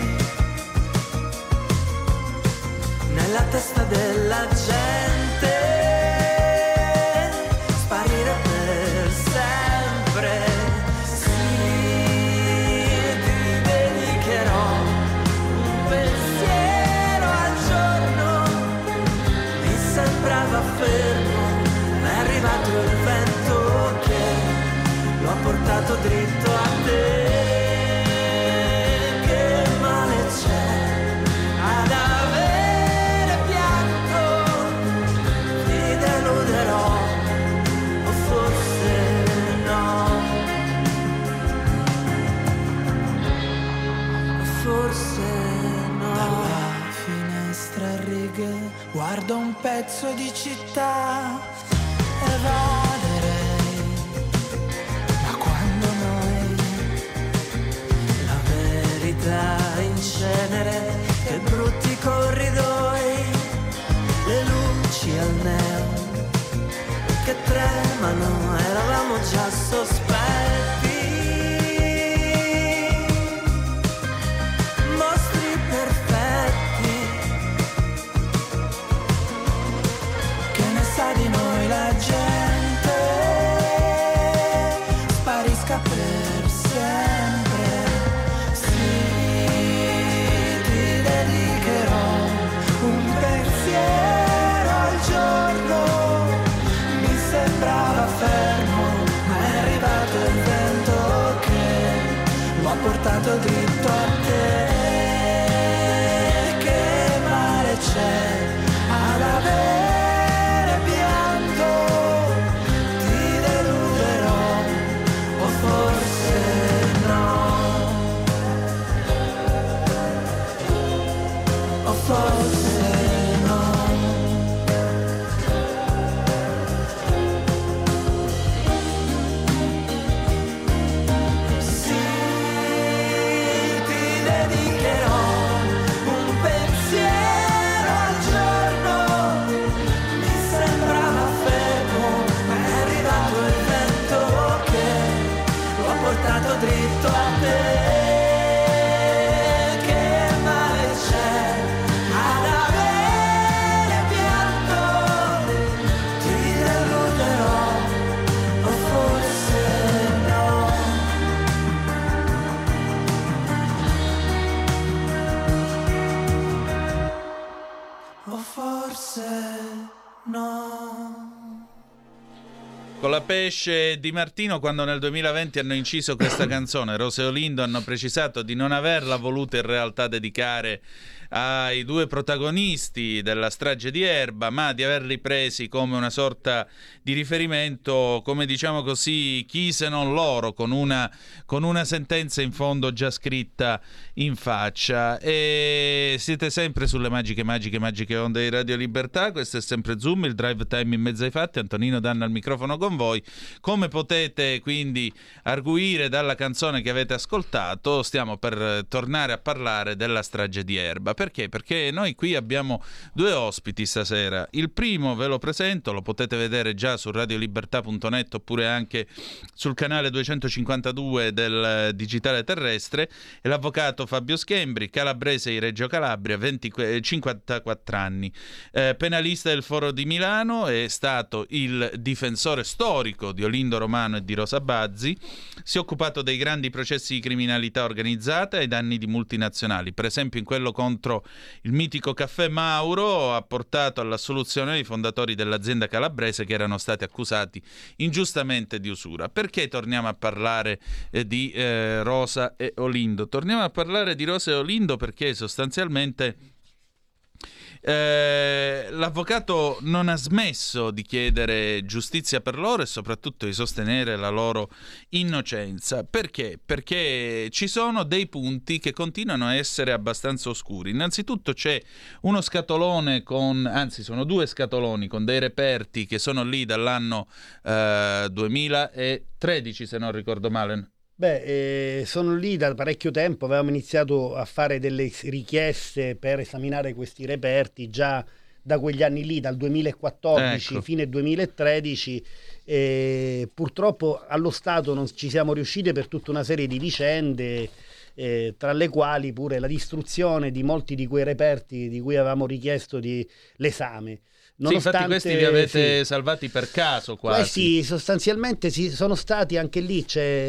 nella testa della gente, sparire per sempre. Sì, ti dedicherò un pensiero al forse no. Dalla finestra a righe guardo un pezzo di città, evaderei, ma quando noi la verità in cenere, che brutti corridoi, le luci al neon che tremano, eravamo già sospetti. Di noi la gente sparisca per sempre. Sì, ti dedicherò un pensiero al giorno. Mi sembrava fermo, ma è arrivato il vento che lo ha portato dritto a te. Che male c'è ad avere dritto a te. Che male c'è ad avere pianto? Ti deluderò, o forse no. O forse no. Con la Pesce Di Martino, quando nel 2020 hanno inciso questa canzone, Rose e Olindo hanno precisato di non averla voluta in realtà dedicare ai due protagonisti della strage di Erba, ma di averli presi come una sorta di riferimento, come diciamo così, chi se non loro, con una sentenza in fondo già scritta in faccia. E siete sempre sulle magiche onde di Radio Libertà. Questo è sempre Zoom, il drive time in mezzo ai fatti. Antonino Danna al microfono con voi. Come potete quindi arguire dalla canzone che avete ascoltato, stiamo per tornare a parlare della strage di Erba. Perché? Perché noi qui abbiamo due ospiti stasera. Il primo ve lo presento, lo potete vedere già su radiolibertà.net oppure anche sul canale 252 del Digitale Terrestre. È l'avvocato Fabio Schembri, calabrese di Reggio Calabria, 54 anni, penalista del Foro di Milano, è stato il difensore storico di Olindo Romano e di Rosa Bazzi, si è occupato dei grandi processi di criminalità organizzata ai danni di multinazionali, per esempio in quello contro il mitico Caffè Mauro ha portato all'assoluzione dei fondatori dell'azienda calabrese che erano stati accusati ingiustamente di usura. Perché torniamo a parlare di Rosa e Olindo? Torniamo a parlare di Rosa e Olindo perché sostanzialmente l'avvocato non ha smesso di chiedere giustizia per loro e soprattutto di sostenere la loro innocenza. Perché? Perché ci sono dei punti che continuano a essere abbastanza oscuri. Innanzitutto c'è uno scatolone anzi sono due scatoloni con dei reperti che sono lì dall'anno 2013, se non ricordo male. Sono lì da parecchio tempo, avevamo iniziato a fare delle richieste per esaminare questi reperti già da quegli anni lì, dal 2014 ecco. Fine 2013, purtroppo allo Stato non ci siamo riusciti per tutta una serie di vicende, tra le quali pure la distruzione di molti di quei reperti di cui avevamo richiesto l'esame. Sì, infatti questi li avete salvati per caso quasi. Sì, sostanzialmente sono stati anche lì,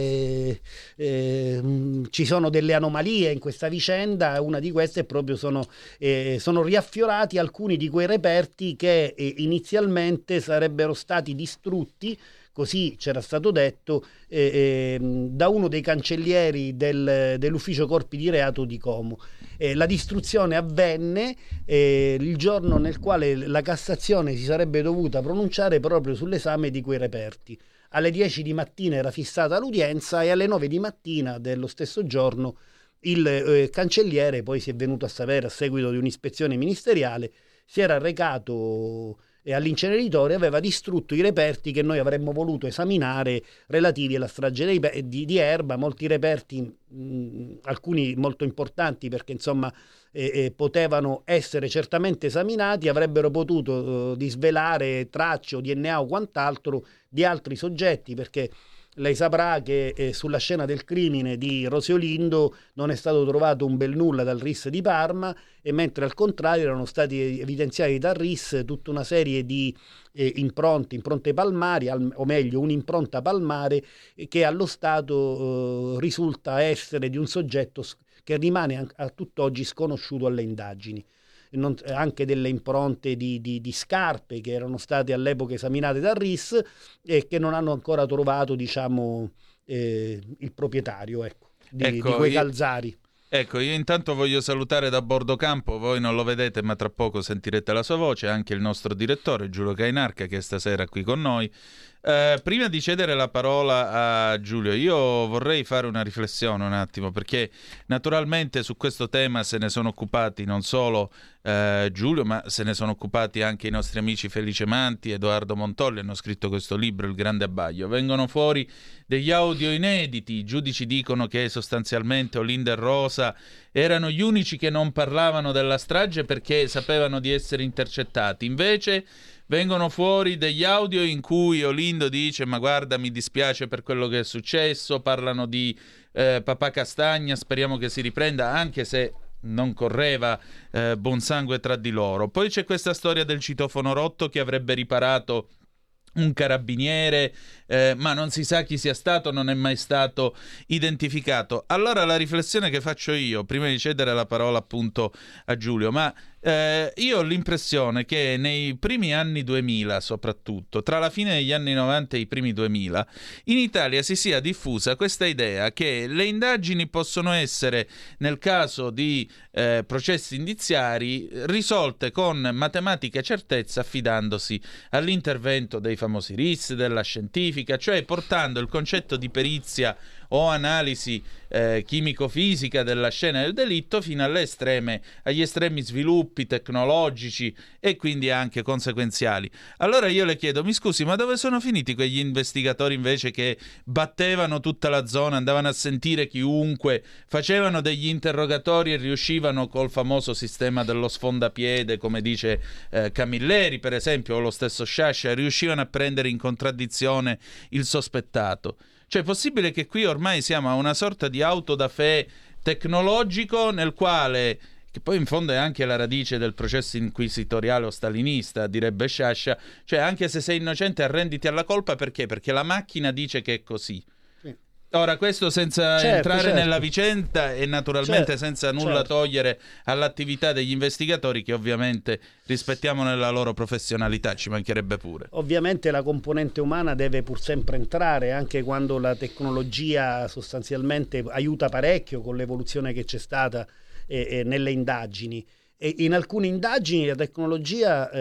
ci sono delle anomalie in questa vicenda, una di queste è proprio sono riaffiorati alcuni di quei reperti che inizialmente sarebbero stati distrutti, così c'era stato detto, da uno dei cancellieri dell'ufficio corpi di reato di Como. La distruzione avvenne il giorno nel quale la Cassazione si sarebbe dovuta pronunciare proprio sull'esame di quei reperti. Alle 10 di mattina era fissata l'udienza e alle 9 di mattina dello stesso giorno Il cancelliere poi si è venuto a sapere, a seguito di un'ispezione ministeriale, si era recato all'inceneritore, aveva distrutto i reperti che noi avremmo voluto esaminare relativi alla strage di Erba, molti reperti, alcuni molto importanti perché insomma potevano essere certamente esaminati, avrebbero potuto disvelare tracce o DNA o quant'altro di altri soggetti, perché lei saprà che sulla scena del crimine di Rosy Olindo non è stato trovato un bel nulla dal RIS di Parma, e mentre al contrario erano stati evidenziati dal RIS tutta una serie di impronte palmari, o meglio un'impronta palmare che allo stato risulta essere di un soggetto che rimane a tutt'oggi sconosciuto alle indagini. Anche delle impronte di scarpe che erano state all'epoca esaminate dal RIS e che non hanno ancora trovato, diciamo, il proprietario, di quei calzari. Ecco, io intanto voglio salutare da bordo campo, voi non lo vedete ma tra poco sentirete la sua voce, anche il nostro direttore Giulio Cainarca, che è stasera qui con noi. Prima di cedere la parola a Giulio, io vorrei fare una riflessione un attimo, perché naturalmente su questo tema se ne sono occupati non solo Giulio, ma se ne sono occupati anche i nostri amici Felice Manti, Edoardo Montolli, hanno scritto questo libro, Il Grande Abbaglio. Vengono fuori degli audio inediti, i giudici dicono che sostanzialmente Olindo e Rosa erano gli unici che non parlavano della strage perché sapevano di essere intercettati, invece vengono fuori degli audio in cui Olindo dice ma guarda, mi dispiace per quello che è successo, parlano di papà Castagna, speriamo che si riprenda, anche se non correva buon sangue tra di loro. Poi c'è questa storia del citofono rotto che avrebbe riparato un carabiniere, ma non si sa chi sia stato, non è mai stato identificato. Allora la riflessione che faccio io, prima di cedere la parola appunto a Giulio, ma io ho l'impressione che nei primi anni 2000, soprattutto tra la fine degli anni 90 e i primi 2000, in Italia si sia diffusa questa idea che le indagini possono essere, nel caso di processi indiziari, risolte con matematica certezza affidandosi all'intervento dei famosi RIS, della scientifica, cioè portando il concetto di perizia o analisi chimico-fisica della scena del delitto fino agli estremi sviluppi tecnologici e quindi anche conseguenziali. Allora io le chiedo, mi scusi, ma dove sono finiti quegli investigatori invece che battevano tutta la zona, andavano a sentire chiunque, facevano degli interrogatori e riuscivano col famoso sistema dello sfondapiede, come dice Camilleri per esempio, o lo stesso Sciascia, riuscivano a prendere in contraddizione il sospettato? Cioè è possibile che qui ormai siamo a una sorta di auto da fè tecnologico nel quale, che poi in fondo è anche la radice del processo inquisitoriale o stalinista, direbbe Sciascia, cioè anche se sei innocente arrenditi alla colpa, perché? Perché la macchina dice che è così. Ora, questo senza entrare nella vicenda e naturalmente senza nulla togliere all'attività degli investigatori, che ovviamente rispettiamo nella loro professionalità, ci mancherebbe pure. Ovviamente la componente umana deve pur sempre entrare, anche quando la tecnologia sostanzialmente aiuta parecchio con l'evoluzione che c'è stata nelle indagini. E in alcune indagini la tecnologia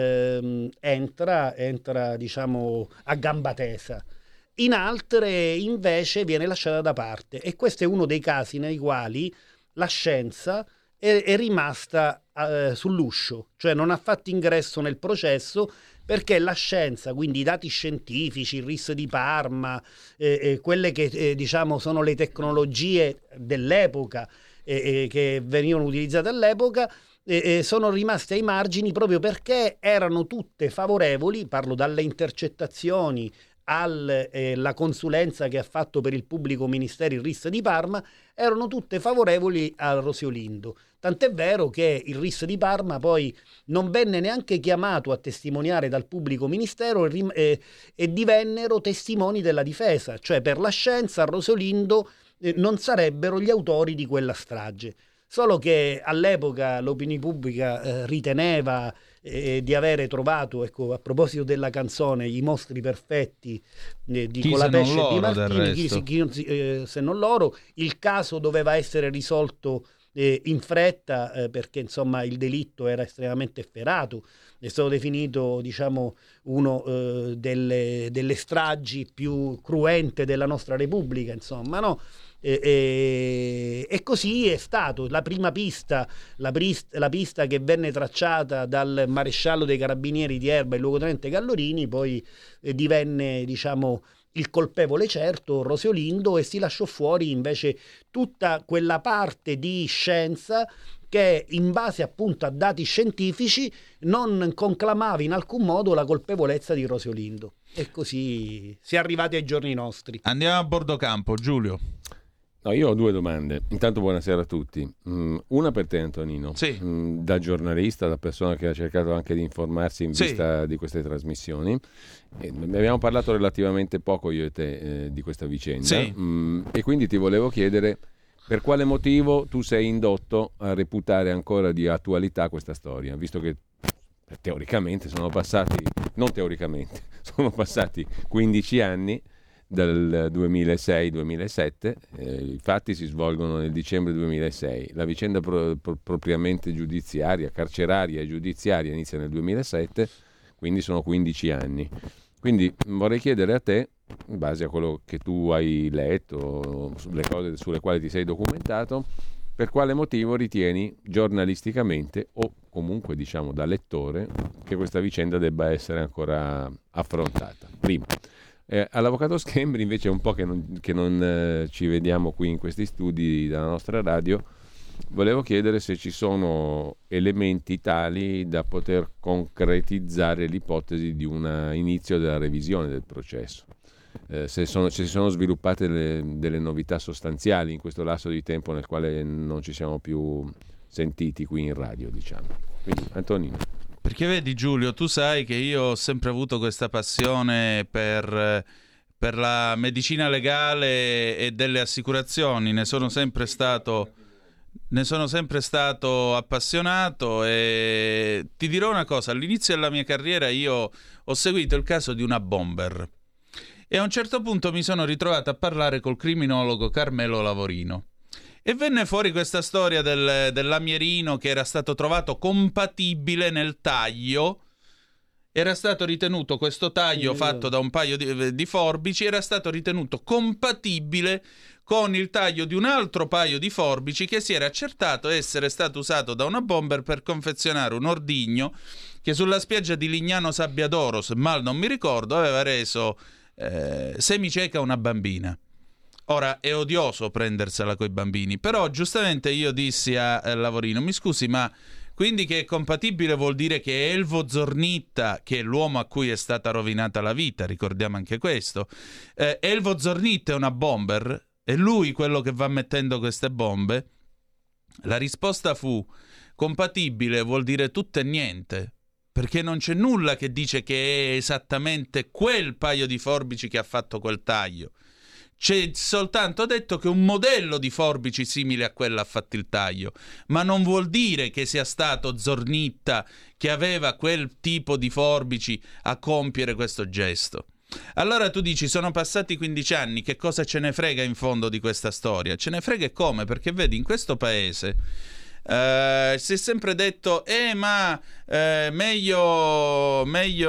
entra diciamo a gamba tesa. In altre invece viene lasciata da parte, e questo è uno dei casi nei quali la scienza è rimasta sull'uscio, cioè non ha fatto ingresso nel processo, perché la scienza, quindi i dati scientifici, il RIS di Parma, quelle che diciamo sono le tecnologie dell'epoca che venivano utilizzate all'epoca, sono rimaste ai margini proprio perché erano tutte favorevoli, parlo dalle intercettazioni alla consulenza che ha fatto per il pubblico ministero il RIS di Parma, erano tutte favorevoli a Rosy Olindo. Tant'è vero che il RIS di Parma poi non venne neanche chiamato a testimoniare dal pubblico ministero e divennero testimoni della difesa, cioè per la scienza Rosy Olindo non sarebbero gli autori di quella strage. Solo che all'epoca l'opinione pubblica riteneva di avere trovato, ecco, a proposito della canzone, i mostri perfetti di Colapesce e Di Martini, se non loro. Il caso doveva essere risolto in fretta, perché insomma il delitto era estremamente efferato. È stato definito, diciamo, uno delle stragi più cruente della nostra Repubblica, insomma, no? E così è stato. La prima pista, la pista che venne tracciata dal maresciallo dei carabinieri di Erba, il luogotenente Gallorini, poi divenne, diciamo, il colpevole certo, Rosio Lindo, e si lasciò fuori invece tutta quella parte di scienza che, in base appunto a dati scientifici, non conclamava in alcun modo la colpevolezza di Rosio Lindo. E così si è arrivati ai giorni nostri. Andiamo a bordo campo, Giulio. No, io ho due domande. Intanto buonasera a tutti. Una per te, Antonino. Sì. Da giornalista, da persona che ha cercato anche di informarsi in vista di queste trasmissioni. Ne abbiamo parlato relativamente poco io e te di questa vicenda. Sì. E quindi ti volevo chiedere per quale motivo tu sei indotto a reputare ancora di attualità questa storia, visto che teoricamente sono passati 15 anni dal 2006-2007, i fatti si svolgono nel dicembre 2006, la vicenda propriamente giudiziaria, carceraria e giudiziaria inizia nel 2007, quindi sono 15 anni. Quindi vorrei chiedere a te, in base a quello che tu hai letto, sulle cose sulle quali ti sei documentato, per quale motivo ritieni giornalisticamente o comunque diciamo da lettore che questa vicenda debba essere ancora affrontata. Prima. All'avvocato Schembri invece è un po' che non ci vediamo qui in questi studi della nostra radio. Volevo chiedere se ci sono elementi tali da poter concretizzare l'ipotesi di un inizio della revisione del processo, se si sono sviluppate delle novità sostanziali in questo lasso di tempo nel quale non ci siamo più sentiti qui in radio, diciamo. Quindi Antonino. Perché vedi, Giulio, tu sai che io ho sempre avuto questa passione per la medicina legale e delle assicurazioni, ne sono sempre stato appassionato, e ti dirò una cosa: all'inizio della mia carriera io ho seguito il caso di una bomber e a un certo punto mi sono ritrovato a parlare col criminologo Carmelo Lavorino. E venne fuori questa storia del lamierino che era stato trovato compatibile nel taglio. Era stato ritenuto, questo taglio fatto da un paio di forbici, era stato ritenuto compatibile con il taglio di un altro paio di forbici che si era accertato essere stato usato da una bomber per confezionare un ordigno che sulla spiaggia di Lignano Sabbiadoro, se mal non mi ricordo, aveva reso semicieca una bambina. Ora, è odioso prendersela coi bambini, però giustamente io dissi a Lavorino: mi scusi, ma quindi che è compatibile vuol dire che Elvo Zornitta, che è l'uomo a cui è stata rovinata la vita, ricordiamo anche questo, Elvo Zornitta è una bomber? È lui quello che va mettendo queste bombe? La risposta fu: compatibile vuol dire tutto e niente, perché non c'è nulla che dice che è esattamente quel paio di forbici che ha fatto quel taglio. C'è soltanto detto che un modello di forbici simile a quella ha fatto il taglio, ma non vuol dire che sia stato Zornitta che aveva quel tipo di forbici a compiere questo gesto. Allora tu dici: sono passati 15 anni, che cosa ce ne frega in fondo di questa storia? Ce ne frega e come? Perché vedi, in questo paese si è sempre detto meglio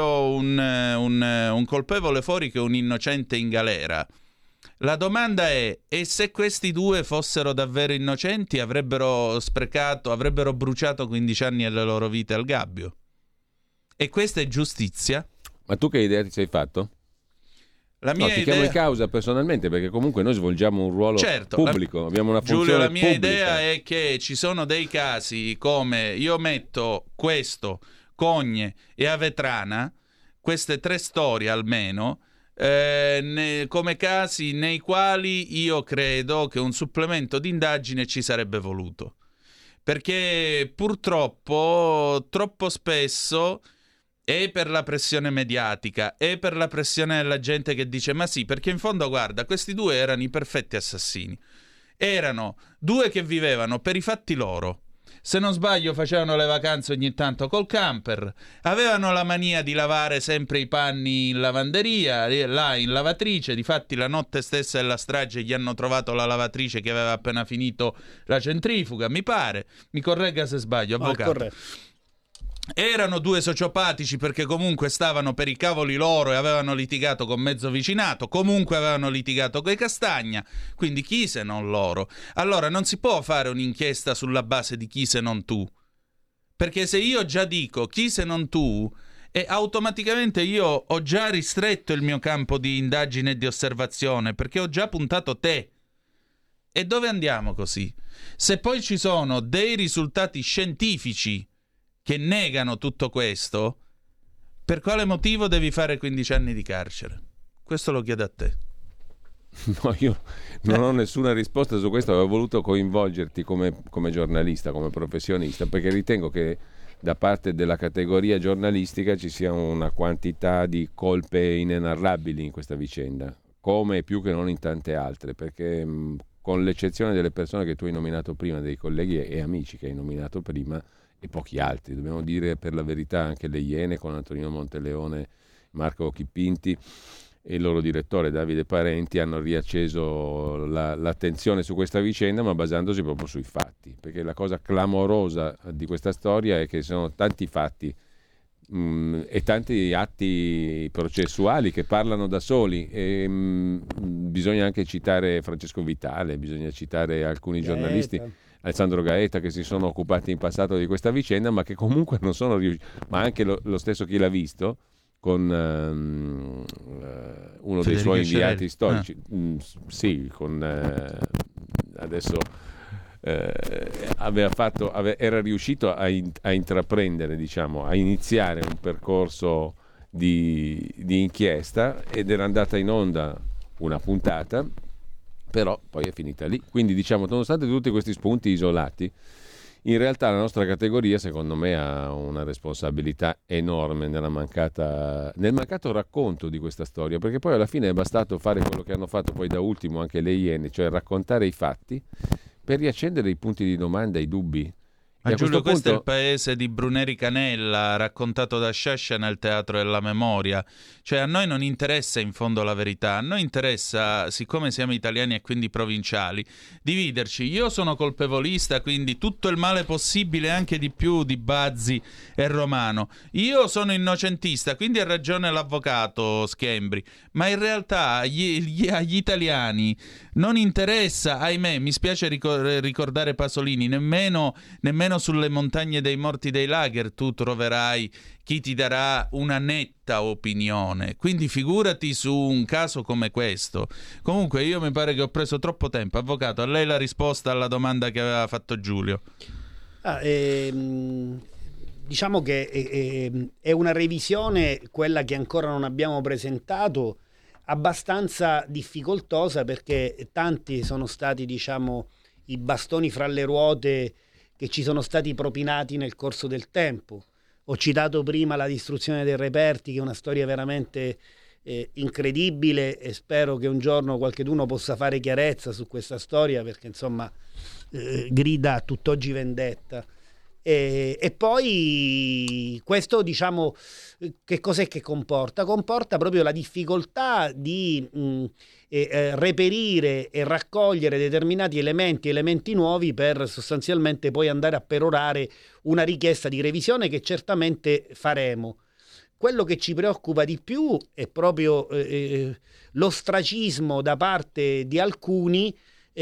un colpevole fuori che un innocente in galera. La domanda è: e se questi due fossero davvero innocenti, avrebbero bruciato 15 anni delle loro vite al gabbio? E questa è giustizia? Ma tu che idea ti sei fatto? La mia ti chiamo in causa personalmente, perché comunque noi svolgiamo un ruolo pubblico, abbiamo una funzione Giulio, la mia pubblica. idea è che ci sono dei casi come, io metto questo, Cogne e Avetrana, queste 3 storie almeno, come casi nei quali io credo che un supplemento di indagine ci sarebbe voluto, perché purtroppo troppo spesso, e per la pressione mediatica e per la pressione della gente che dice ma sì, perché in fondo guarda, questi due erano i perfetti assassini, erano 2 che vivevano per i fatti loro, Se non sbaglio facevano le vacanze ogni tanto col camper, avevano la mania di lavare sempre i panni in lavanderia, là in lavatrice. Difatti la notte stessa della strage gli hanno trovato la lavatrice che aveva appena finito la centrifuga, mi pare. Mi corregga se sbaglio, avvocato. Corretto. Erano due sociopatici perché comunque stavano per i cavoli loro e avevano litigato con mezzo vicinato, comunque avevano litigato coi Castagna, quindi chi se non loro? Allora non si può fare un'inchiesta sulla base di chi se non tu, perché se io già dico chi se non tu, e automaticamente io ho già ristretto il mio campo di indagine e di osservazione, perché ho già puntato te. E dove andiamo così? Se poi ci sono dei risultati scientifici che negano tutto questo, per quale motivo devi fare 15 anni di carcere? Questo lo chiedo a te. No, io non ho nessuna risposta su questo, avevo voluto coinvolgerti come giornalista, come professionista, perché ritengo che da parte della categoria giornalistica ci sia una quantità di colpe inenarrabili in questa vicenda, come più che non in tante altre, perché con l'eccezione delle persone che tu hai nominato prima, dei colleghi e amici che hai nominato prima, e pochi altri, dobbiamo dire per la verità anche le Iene con Antonino Monteleone, Marco Chippinti e il loro direttore Davide Parenti hanno riacceso l'attenzione su questa vicenda, ma basandosi proprio sui fatti, perché la cosa clamorosa di questa storia è che sono tanti fatti e tanti atti processuali che parlano da soli, e bisogna anche citare Francesco Vitale, bisogna citare alcuni giornalisti, Alessandro Gaeta, che si sono occupati in passato di questa vicenda, ma che comunque non sono riusciti, ma anche lo stesso Chi l'ha visto, con uno dei suoi inviati storici, sì, con adesso era riuscito a intraprendere, diciamo, a iniziare un percorso di inchiesta, ed era andata in onda una puntata, però poi è finita lì. Quindi, diciamo, nonostante tutti questi spunti isolati, in realtà la nostra categoria, secondo me, ha una responsabilità enorme nel mancato racconto di questa storia, perché poi alla fine è bastato fare quello che hanno fatto poi da ultimo anche le Iene, cioè raccontare i fatti per riaccendere i punti di domanda, i dubbi. Ma Giulio, questo punto... è il paese di Bruneri Canella, raccontato da Sciascia nel Teatro della Memoria. Cioè, a noi non interessa in fondo la verità, a noi interessa, siccome siamo italiani e quindi provinciali, dividerci. Io sono colpevolista, quindi tutto il male possibile, anche di più, di Bazzi e Romano. Io sono innocentista, quindi ha ragione l'avvocato Schembri. Ma in realtà agli italiani non interessa, ahimè, mi spiace ricordare Pasolini, nemmeno sulle montagne dei morti dei lager tu troverai chi ti darà una netta opinione, quindi figurati su un caso come questo. Comunque io mi pare che ho preso troppo tempo. Avvocato, a lei la risposta alla domanda che aveva fatto Giulio. Diciamo che è una revisione, quella che ancora non abbiamo presentato, abbastanza difficoltosa, perché tanti sono stati, diciamo, i bastoni fra le ruote che ci sono stati propinati nel corso del tempo. Ho citato prima la distruzione dei reperti, che è una storia veramente incredibile, e spero che un giorno qualcuno possa fare chiarezza su questa storia, perché insomma grida a tutt'oggi vendetta. E poi questo, diciamo, che cos'è che comporta? Comporta proprio la difficoltà di reperire e raccogliere determinati elementi nuovi per sostanzialmente poi andare a perorare una richiesta di revisione che certamente faremo. Quello che ci preoccupa di più è proprio l'ostracismo da parte di alcuni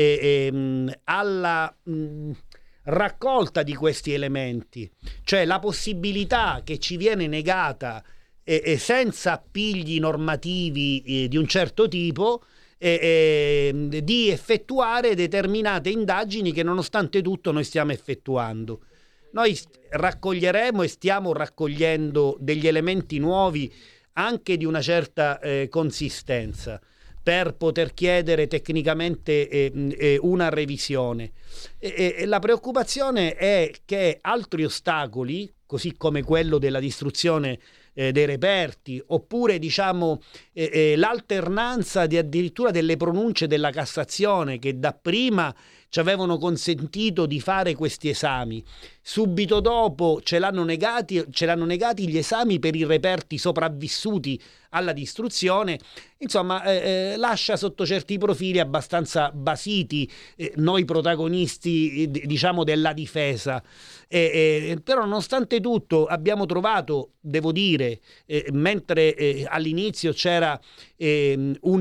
alla raccolta di questi elementi, cioè la possibilità che ci viene negata senza appigli normativi di un certo tipo di effettuare determinate indagini che nonostante tutto noi stiamo effettuando. Noi raccoglieremo e stiamo raccogliendo degli elementi nuovi anche di una certa consistenza per poter chiedere tecnicamente una revisione. La preoccupazione è che altri ostacoli, così come quello della distruzione dei reperti, oppure diciamo l'alternanza di addirittura delle pronunce della Cassazione, che dapprima ci avevano consentito di fare questi esami. Subito dopo ce l'hanno negati gli esami per i reperti sopravvissuti alla distruzione. Insomma, lascia sotto certi profili abbastanza basiti noi protagonisti, diciamo, della difesa. Però nonostante tutto abbiamo trovato, devo dire, mentre all'inizio c'era un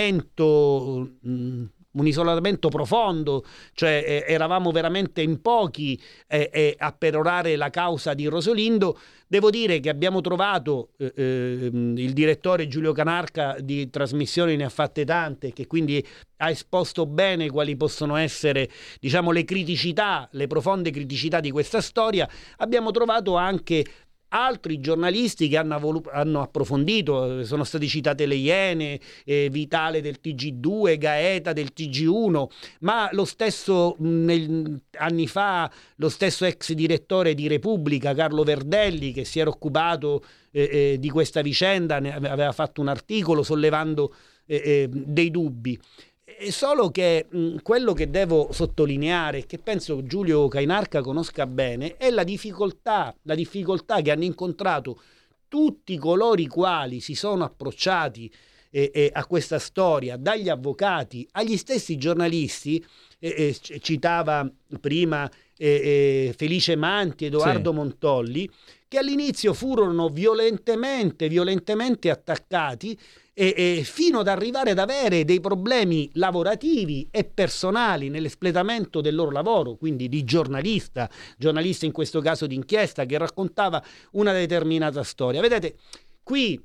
isolamento profondo, cioè eravamo veramente in pochi a perorare la causa di Rosolindo. Devo dire che abbiamo trovato il direttore Giulio Canarca di Trasmissioni ne ha fatte tante, che quindi ha esposto bene quali possono essere, diciamo, le criticità, le profonde criticità di questa storia. Abbiamo trovato anche altri giornalisti che hanno approfondito, sono state citate Le Iene, Vitale del TG2, Gaeta del TG1, ma lo stesso anni fa lo stesso ex direttore di Repubblica Carlo Verdelli, che si era occupato di questa vicenda, ne aveva fatto un articolo sollevando dei dubbi. Solo che quello che devo sottolineare, che penso Giulio Cainarca conosca bene, è la difficoltà che hanno incontrato tutti coloro i quali si sono approcciati a questa storia, dagli avvocati agli stessi giornalisti. Citava prima Felice Manti, Edoardo Montolli, che all'inizio furono violentemente attaccati fino ad arrivare ad avere dei problemi lavorativi e personali nell'espletamento del loro lavoro, quindi di giornalista in questo caso d'inchiesta, che raccontava una determinata storia. Vedete, qui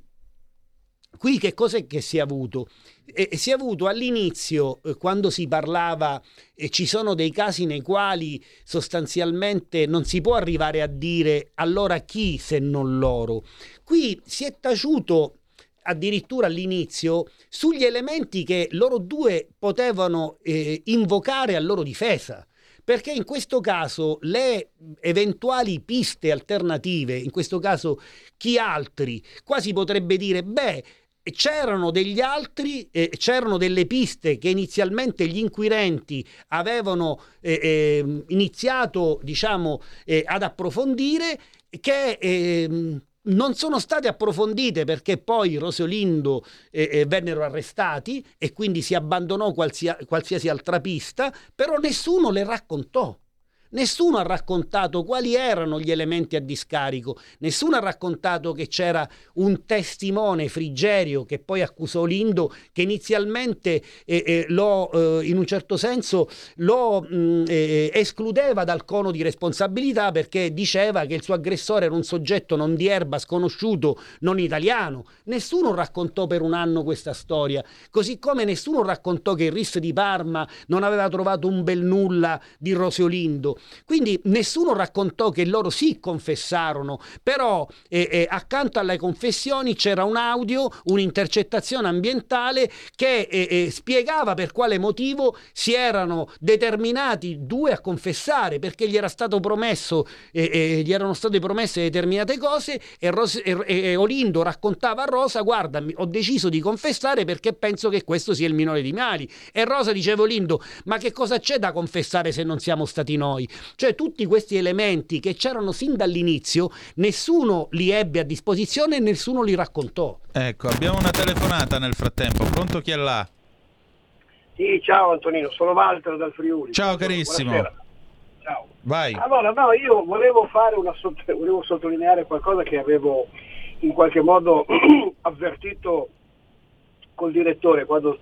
che cos'è che si è avuto? Si è avuto all'inizio, quando si parlava, ci sono dei casi nei quali sostanzialmente non si può arrivare a dire allora chi se non loro. Qui si è taciuto addirittura all'inizio sugli elementi che loro due potevano invocare a loro difesa, perché in questo caso le eventuali piste alternative, in questo caso chi altri, quasi potrebbe dire c'erano degli altri, c'erano delle piste che inizialmente gli inquirenti avevano iniziato, diciamo, ad approfondire, che non sono state approfondite perché poi Rosolindo vennero arrestati e quindi si abbandonò qualsiasi altra pista, però nessuno le raccontò. Nessuno ha raccontato quali erano gli elementi a discarico, nessuno ha raccontato che c'era un testimone, Frigerio, che poi accusò Lindo, che inizialmente in un certo senso lo escludeva dal cono di responsabilità, perché diceva che il suo aggressore era un soggetto non di erba, sconosciuto, non italiano. Nessuno raccontò per un anno questa storia, così come nessuno raccontò che il RIS di Parma non aveva trovato un bel nulla di Rosolindo. Quindi nessuno raccontò che loro sì confessarono, però accanto alle confessioni c'era un audio, un'intercettazione ambientale che spiegava per quale motivo si erano determinati due a confessare, perché gli era stato promesso, gli erano state promesse determinate cose e Olindo raccontava a Rosa: guarda, ho deciso di confessare perché penso che questo sia il minore di mali. E Rosa diceva: Olindo, ma che cosa c'è da confessare se non siamo stati noi? Cioè tutti questi elementi che c'erano sin dall'inizio, nessuno li ebbe a disposizione e nessuno li raccontò. Ecco, abbiamo una telefonata nel frattempo. Pronto, chi è là? Sì, ciao Antonino, sono Walter dal Friuli. Ciao carissimo. Buonasera. Ciao. Vai. Allora, no, io volevo sottolineare qualcosa che avevo in qualche modo avvertito col direttore quando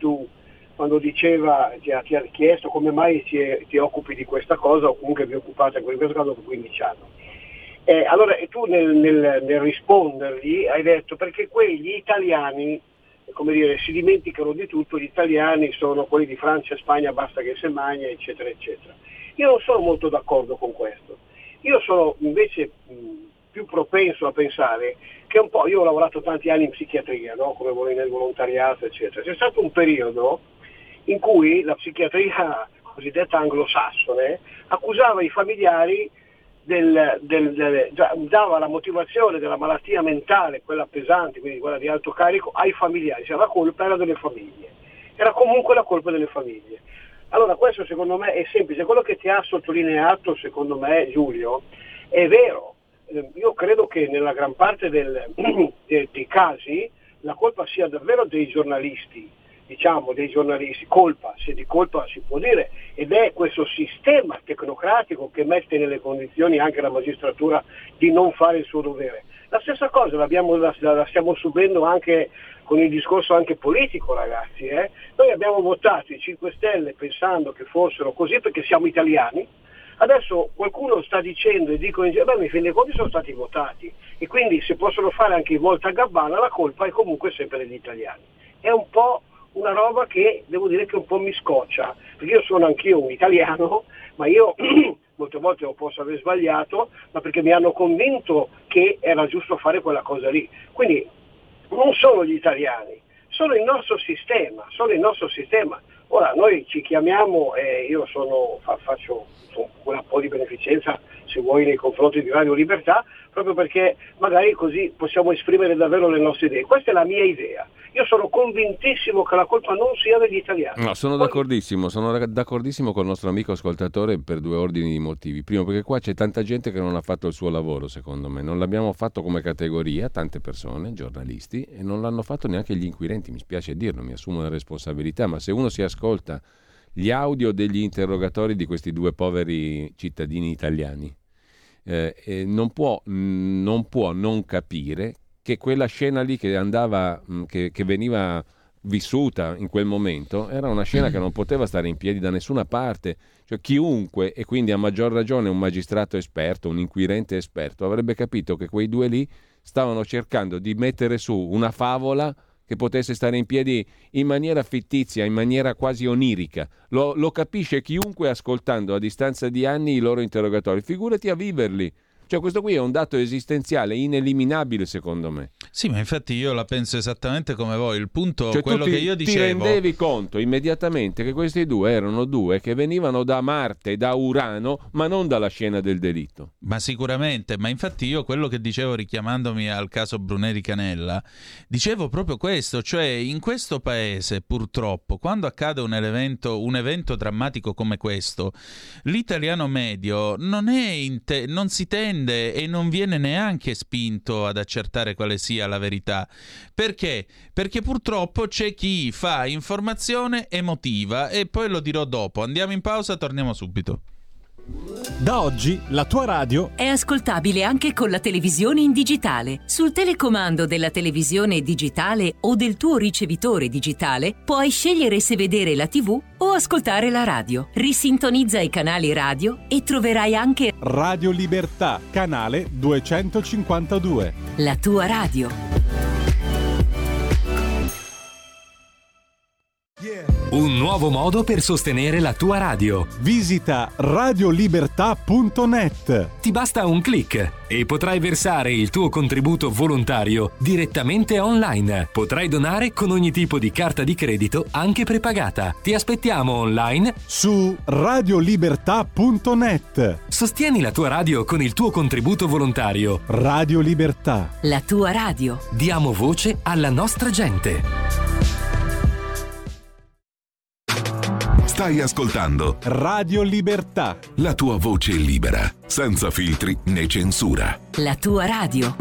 diceva, ti ha chiesto come mai ti occupi di questa cosa, o comunque vi occupate in questo caso per 15 anni. Allora tu nel rispondergli hai detto perché quegli italiani, come dire, si dimenticano di tutto, gli italiani sono quelli di Francia, Spagna, basta che se magna, eccetera, eccetera. Io non sono molto d'accordo con questo. Io sono invece più propenso a pensare che un po', io ho lavorato tanti anni in psichiatria, no? Come nel volontariato, eccetera. C'è stato un periodo in cui la psichiatria cosiddetta anglosassone accusava i familiari dava la motivazione della malattia mentale, quella pesante, quindi quella di alto carico, ai familiari, cioè la colpa era delle famiglie, era comunque la colpa delle famiglie. Allora questo secondo me è semplice, quello che ti ha sottolineato secondo me Giulio è vero, io credo che nella gran parte dei casi la colpa sia davvero dei giornalisti, diciamo dei giornalisti, colpa, se di colpa si può dire, ed è questo sistema tecnocratico che mette nelle condizioni anche la magistratura di non fare il suo dovere. La stessa cosa la stiamo subendo anche con il discorso anche politico, ragazzi. Noi abbiamo votato i 5 Stelle pensando che fossero così perché siamo italiani. Adesso qualcuno sta dicendo e dicono in giro, in fin dei conti sono stati votati e quindi se possono fare anche il voltagabbana la colpa è comunque sempre degli italiani. È un po' una roba che devo dire che un po' mi scoccia, perché io sono anch'io un italiano, ma io molte volte lo posso aver sbagliato, ma perché mi hanno convinto che era giusto fare quella cosa lì. Quindi non sono gli italiani, sono il nostro sistema, Ora noi ci chiamiamo, io faccio un po' di beneficenza se vuoi nei confronti di Radio Libertà, proprio perché magari così possiamo esprimere davvero le nostre idee. Questa è la mia idea. Io sono convintissimo che la colpa non sia degli italiani. No, sono d'accordissimo col nostro amico ascoltatore per 2 ordini di motivi. Primo, perché qua c'è tanta gente che non ha fatto il suo lavoro, secondo me. Non l'abbiamo fatto come categoria, tante persone, giornalisti, e non l'hanno fatto neanche gli inquirenti. Mi spiace dirlo, mi assumo la responsabilità, ma se uno si ascolta gli audio degli interrogatori di questi 2 poveri cittadini italiani, non può non capire che quella scena lì che veniva vissuta in quel momento era una scena che non poteva stare in piedi da nessuna parte. Cioè chiunque, e quindi a maggior ragione un magistrato esperto, un inquirente esperto, avrebbe capito che quei 2 lì stavano cercando di mettere su una favola che potesse stare in piedi in maniera fittizia, in maniera quasi onirica. Lo capisce chiunque ascoltando a distanza di anni i loro interrogatori. Figurati a viverli. Cioè questo qui è un dato esistenziale ineliminabile secondo me. Sì, ma infatti io la penso esattamente come voi. Il punto, cioè, quello che io dicevo... Ti rendevi conto immediatamente che questi 2 erano 2 che venivano da Marte, da Urano, ma non dalla scena del delitto. Ma sicuramente, ma infatti io quello che dicevo richiamandomi al caso Bruneri Canella, dicevo proprio questo, cioè in questo paese purtroppo quando accade un evento drammatico come questo, l'italiano medio non si tende e non viene neanche spinto ad accertare quale sia la verità. Perché? Perché purtroppo c'è chi fa informazione emotiva, e poi lo dirò dopo. Andiamo in pausa, torniamo subito. Da oggi la tua radio è ascoltabile anche con la televisione in digitale. Sul telecomando della televisione digitale o del tuo ricevitore digitale puoi scegliere se vedere la TV o ascoltare la radio. Risintonizza i canali radio e troverai anche Radio Libertà, canale 252. La tua radio. Un nuovo modo per sostenere la tua radio. Visita radiolibertà.net. Ti basta un click e potrai versare il tuo contributo volontario direttamente online. Potrai donare con ogni tipo di carta di credito, anche prepagata. Ti aspettiamo online su radiolibertà.net. Sostieni la tua radio con il tuo contributo volontario. Radio Libertà. La tua radio. Diamo voce alla nostra gente. Stai ascoltando Radio Libertà. La tua voce libera, senza filtri né censura. La tua radio.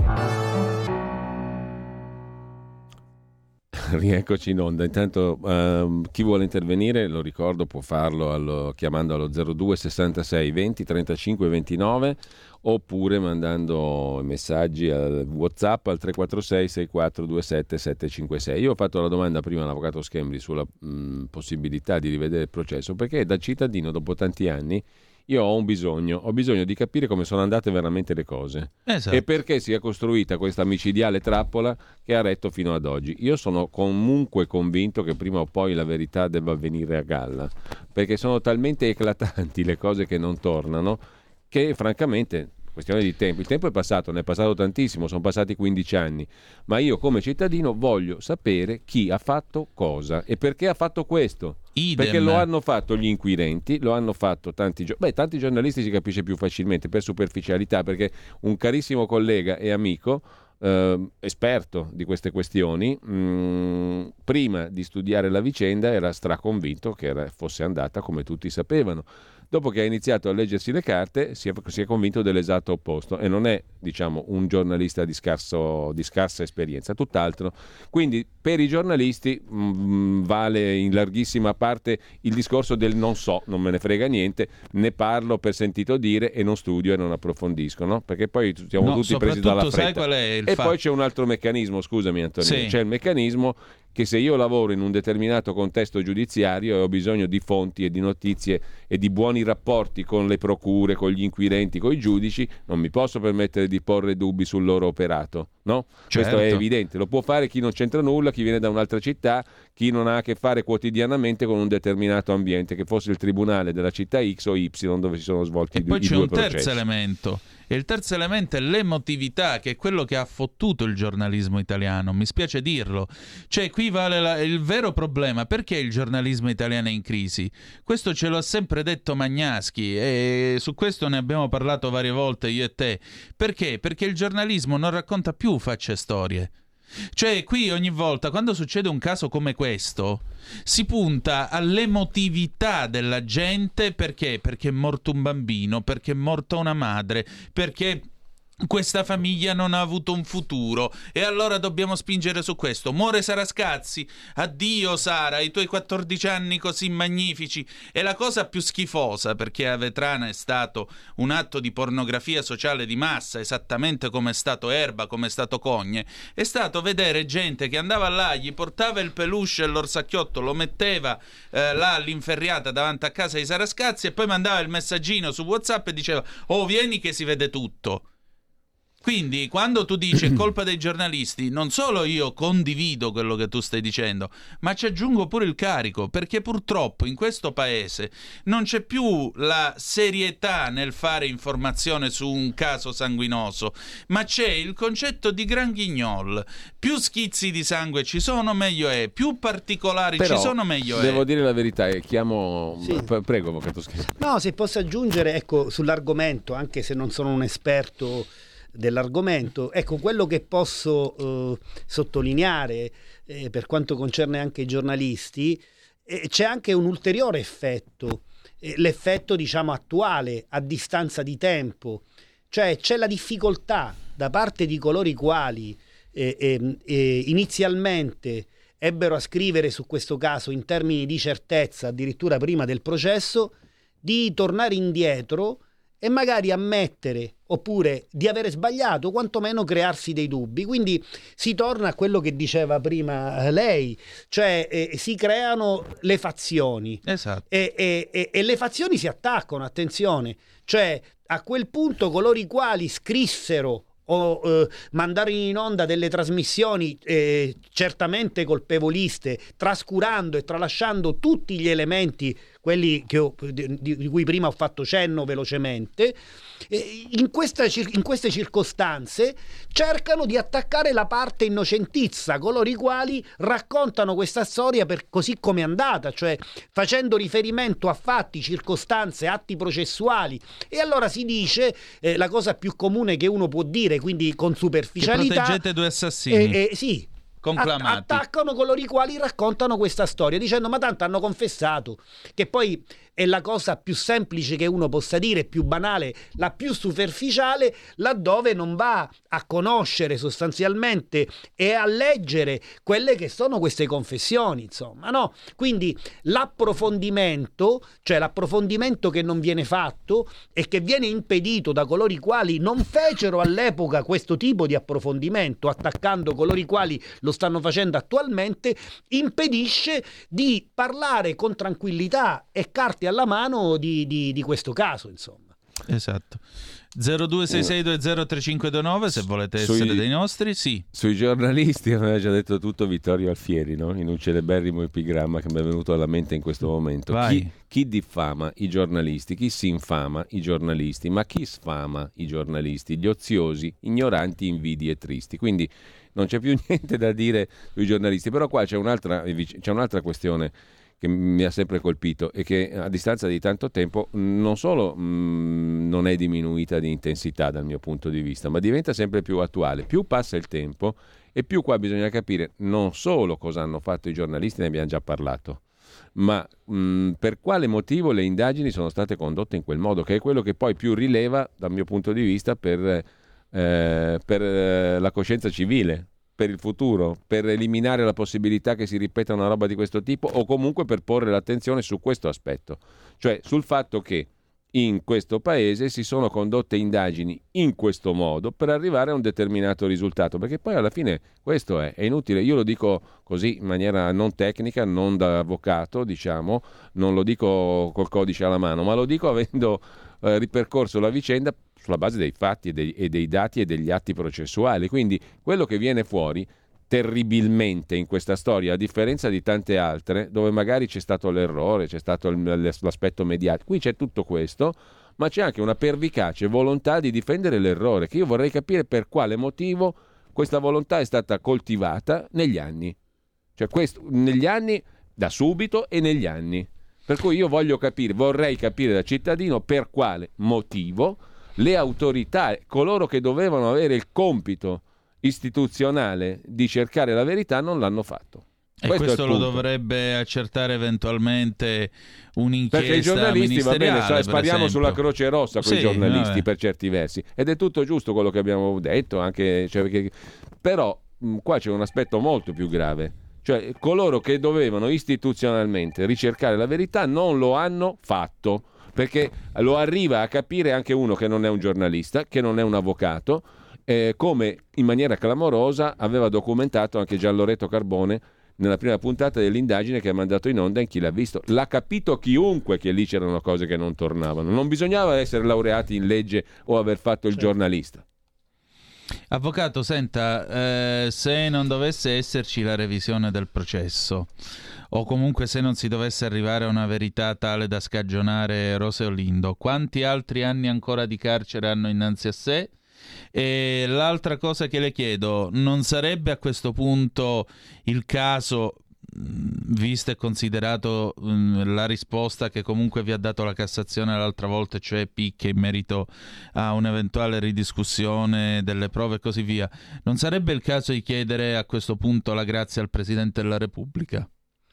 Rieccoci in onda. Intanto chi vuole intervenire, lo ricordo, può farlo chiamando allo 02 66 20 35 29 oppure mandando messaggi al WhatsApp al 346 64 27 756. Io ho fatto la domanda prima all'avvocato Schembri sulla possibilità di rivedere il processo, perché da cittadino dopo tanti anni io ho bisogno di capire come sono andate veramente le cose. Esatto. E perché si è costruita questa micidiale trappola che ha retto fino ad oggi. Io sono comunque convinto che prima o poi la verità debba venire a galla, perché sono talmente eclatanti le cose che non tornano che francamente, questione di tempo, il tempo è passato, ne è passato tantissimo, sono passati 15 anni, ma io come cittadino voglio sapere chi ha fatto cosa e perché ha fatto questo. Idem. Perché lo hanno fatto gli inquirenti, lo hanno fatto tanti giornalisti, si capisce più facilmente per superficialità, perché un carissimo collega e amico esperto di queste questioni, prima di studiare la vicenda era straconvinto che fosse andata come tutti sapevano. Dopo che ha iniziato a leggersi le carte si è convinto dell'esatto opposto, e non è, diciamo, un giornalista di scarsa esperienza, tutt'altro. Quindi per i giornalisti vale in larghissima parte il discorso del non so, non me ne frega niente, ne parlo per sentito dire e non studio e non approfondisco, no? Perché poi siamo tutti presi dalla fretta. Sai qual è il e fatto? Poi c'è un altro meccanismo, scusami Antonio, sì. C'è il meccanismo che se io lavoro in un determinato contesto giudiziario e ho bisogno di fonti e di notizie e di buoni rapporti con le procure, con gli inquirenti, con i giudici, non mi posso permettere di porre dubbi sul loro operato, no? Certo. Questo è evidente, lo può fare chi non c'entra nulla, chi viene da un'altra città, chi non ha a che fare quotidianamente con un determinato ambiente, che fosse il tribunale della città X o Y dove si sono svolti i due processi. Poi c'è un terzo elemento. E il terzo elemento è l'emotività, che è quello che ha fottuto il giornalismo italiano, mi spiace dirlo. Cioè, qui vale il vero problema. Perché il giornalismo italiano è in crisi? Questo ce lo ha sempre detto Magnaschi, e su questo ne abbiamo parlato varie volte io e te. Perché? Perché il giornalismo non racconta più facce e storie. Cioè, qui ogni volta, quando succede un caso come questo, si punta all'emotività della gente. Perché? Perché è morto un bambino, perché è morta una madre, perché questa famiglia non ha avuto un futuro, e allora dobbiamo spingere su questo. Muore Sara Scazzi, addio Sara, i tuoi 14 anni così magnifici. E la cosa più schifosa, perché a Vetrana è stato un atto di pornografia sociale di massa, esattamente come è stato Erba, come è stato Cogne, è stato vedere gente che andava là, gli portava il peluche e l'orsacchiotto, lo metteva là all'inferriata davanti a casa di Sara Scazzi, e poi mandava il messaggino su WhatsApp e diceva: oh, vieni che si vede tutto. Quindi quando tu dici è colpa dei giornalisti, non solo io condivido quello che tu stai dicendo, ma ci aggiungo pure il carico, perché purtroppo in questo paese non c'è più la serietà nel fare informazione su un caso sanguinoso, ma c'è il concetto di Grand Guignol. Più schizzi di sangue ci sono, meglio è. Più particolari Però, ci sono, meglio è. Devo dire la verità, chiamo... Sì. Prego, avvocato Schifani. No, se posso aggiungere, ecco, sull'argomento, anche se non sono un esperto dell'argomento, ecco, quello che posso sottolineare per quanto concerne anche i giornalisti, c'è anche un ulteriore effetto, l'effetto, diciamo, attuale, a distanza di tempo, cioè c'è la difficoltà da parte di coloro i quali inizialmente ebbero a scrivere su questo caso in termini di certezza, addirittura prima del processo, di tornare indietro e magari ammettere, oppure di avere sbagliato, quantomeno crearsi dei dubbi. Quindi si torna a quello che diceva prima lei, cioè si creano le fazioni. Esatto. E le fazioni si attaccano, attenzione, cioè a quel punto coloro i quali scrissero o mandarono in onda delle trasmissioni certamente colpevoliste, trascurando e tralasciando tutti gli elementi, quelli di cui prima ho fatto cenno velocemente, in queste circostanze cercano di attaccare la parte innocentizza, coloro i quali raccontano questa storia per così come è andata, cioè facendo riferimento a fatti, circostanze, atti processuali. E allora si dice la cosa più comune che uno può dire, quindi con superficialità, che proteggete due assassini. Sì, conclamati. Attaccano coloro i quali raccontano questa storia dicendo: ma tanto hanno confessato, che poi è la cosa più semplice che uno possa dire, più banale, la più superficiale, laddove non va a conoscere sostanzialmente e a leggere quelle che sono queste confessioni, insomma, no? Quindi l'approfondimento, cioè l'approfondimento che non viene fatto e che viene impedito da coloro i quali non fecero all'epoca questo tipo di approfondimento, attaccando coloro i quali lo stanno facendo attualmente, impedisce di parlare con tranquillità e carte alla mano di questo caso, insomma. Esatto. 0266203529 se volete essere dei nostri. Sì. Sui giornalisti aveva già detto tutto Vittorio Alfieri, no? In un celeberrimo epigramma che mi è venuto alla mente in questo momento. Chi diffama i giornalisti, chi si infama i giornalisti, ma chi sfama i giornalisti? Gli oziosi, ignoranti, invidi e tristi. Quindi non c'è più niente da dire sui giornalisti, però qua c'è un'altra questione che mi ha sempre colpito e che a distanza di tanto tempo non solo non è diminuita di intensità dal mio punto di vista, ma diventa sempre più attuale. Più passa il tempo e più qua bisogna capire non solo cosa hanno fatto i giornalisti, ne abbiamo già parlato, ma per quale motivo le indagini sono state condotte in quel modo, che è quello che poi più rileva dal mio punto di vista per la coscienza civile, per il futuro, per eliminare la possibilità che si ripeta una roba di questo tipo, o comunque per porre l'attenzione su questo aspetto, cioè sul fatto che in questo paese si sono condotte indagini in questo modo per arrivare a un determinato risultato, perché poi alla fine questo è inutile. Io lo dico così in maniera non tecnica, non da avvocato, diciamo, non lo dico col codice alla mano, ma lo dico avendo ripercorso la vicenda sulla base dei fatti e dei dati e degli atti processuali. Quindi quello che viene fuori terribilmente in questa storia, a differenza di tante altre dove magari c'è stato l'errore, c'è stato l'aspetto mediatico, qui c'è tutto questo, ma c'è anche una pervicace volontà di difendere l'errore, che io vorrei capire per quale motivo questa volontà è stata coltivata negli anni, cioè questo negli anni, da subito e negli anni, per cui io vorrei capire da cittadino per quale motivo le autorità, coloro che dovevano avere il compito istituzionale di cercare la verità, non l'hanno fatto. E questo lo dovrebbe accertare eventualmente un'inchiesta perché i giornalisti, va bene, spariamo sulla Croce Rossa con i giornalisti per certi versi, ed è tutto giusto quello che abbiamo detto, anche, però qua c'è un aspetto molto più grave, cioè coloro che dovevano istituzionalmente ricercare la verità non lo hanno fatto, perché lo arriva a capire anche uno che non è un giornalista, che non è un avvocato, come in maniera clamorosa aveva documentato anche Gianloretto Carbone nella prima puntata dell'indagine che ha mandato in onda in Chi l'ha visto. L'ha capito chiunque che lì c'erano cose che non tornavano. Non bisognava essere laureati in legge o aver fatto il giornalista. Avvocato, senta, se non dovesse esserci la revisione del processo, o comunque se non si dovesse arrivare a una verità tale da scagionare Rose Olindo, quanti altri anni ancora di carcere hanno innanzi a sé? E l'altra cosa che le chiedo, non sarebbe a questo punto il caso, visto e considerato la risposta che comunque vi ha dato la Cassazione l'altra volta, cioè picche in merito a un'eventuale ridiscussione delle prove e così via, non sarebbe il caso di chiedere a questo punto la grazia al Presidente della Repubblica?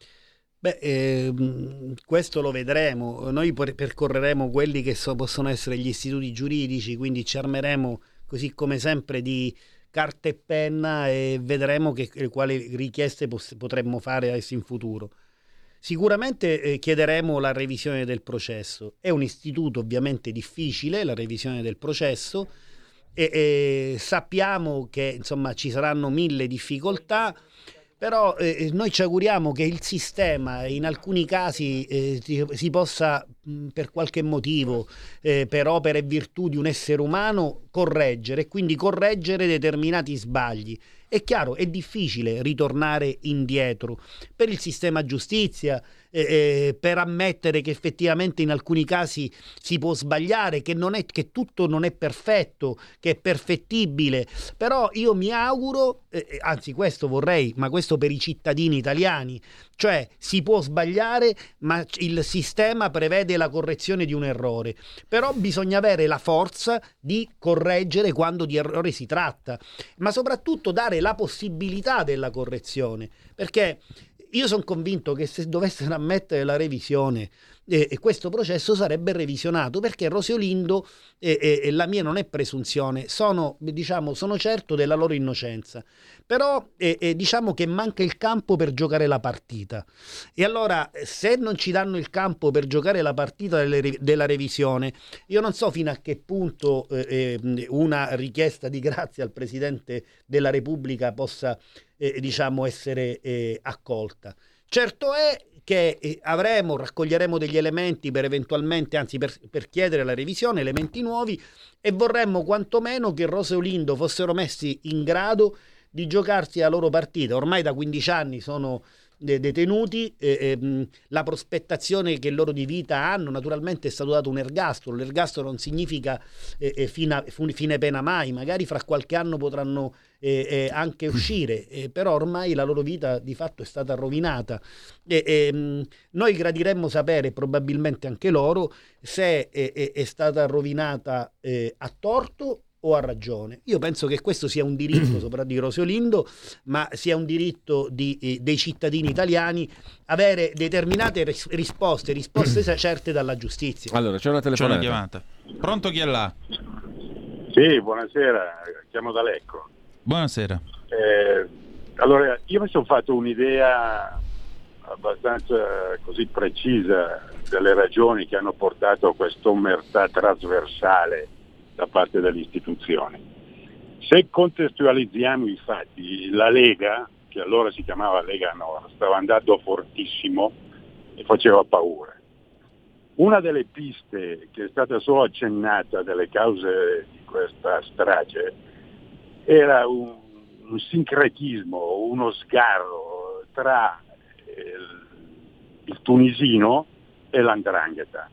Questo lo vedremo. Noi percorreremo quelli che possono essere gli istituti giuridici, quindi ci armeremo così come sempre di carta e penna e vedremo quali richieste potremmo fare adesso in futuro. Sicuramente chiederemo la revisione del processo. È un istituto ovviamente difficile, la revisione del processo, e sappiamo che insomma ci saranno 1000 difficoltà, però noi ci auguriamo che il sistema in alcuni casi si possa per qualche motivo, per opera e virtù di un essere umano, correggere, e quindi correggere determinati sbagli. È chiaro, è difficile ritornare indietro per il sistema giustizia, per ammettere che effettivamente in alcuni casi si può sbagliare, che tutto non è perfetto, che è perfettibile. Però io mi auguro, anzi questo vorrei, ma questo per i cittadini italiani, cioè si può sbagliare, ma il sistema prevede la correzione di un errore. Però bisogna avere la forza di correggere quando di errore si tratta, ma soprattutto dare la possibilità della correzione, perché io sono convinto che se dovessero ammettere la revisione, questo processo sarebbe revisionato, perché Rose Olindo, la mia non è presunzione, sono certo della loro innocenza, però diciamo che manca il campo per giocare la partita, e allora se non ci danno il campo per giocare la partita della revisione, io non so fino a che punto una richiesta di grazia al Presidente della Repubblica possa essere accolta. Certo è che raccoglieremo degli elementi per eventualmente, anzi per chiedere la revisione, elementi nuovi, e vorremmo quantomeno che Rose Olindo fossero messi in grado di giocarsi la loro partita. Ormai da 15 anni sono detenuti, la prospettazione che loro di vita hanno, naturalmente è stato dato un ergastolo. L'ergastolo non significa fine pena mai, magari fra qualche anno potranno anche uscire, però ormai la loro vita di fatto è stata rovinata. Noi gradiremmo sapere, probabilmente anche loro, se è stata rovinata a torto o ha ragione. Io penso che questo sia un diritto soprattutto di Rosy Olindo, ma sia un diritto dei cittadini italiani avere determinate risposte certe dalla giustizia. Allora, c'è una telefonata. C'è una chiamata. Pronto, chi è là? Sì, buonasera, chiamo da Lecco. Buonasera. Allora, io mi sono fatto un'idea abbastanza così precisa delle ragioni che hanno portato a questa omertà trasversale da parte delle istituzioni. Se contestualizziamo i fatti, la Lega, che allora si chiamava Lega Nord, stava andando fortissimo e faceva paura. Una delle piste che è stata solo accennata delle cause di questa strage era un sincretismo, uno sgarro tra il tunisino e l''ndrangheta,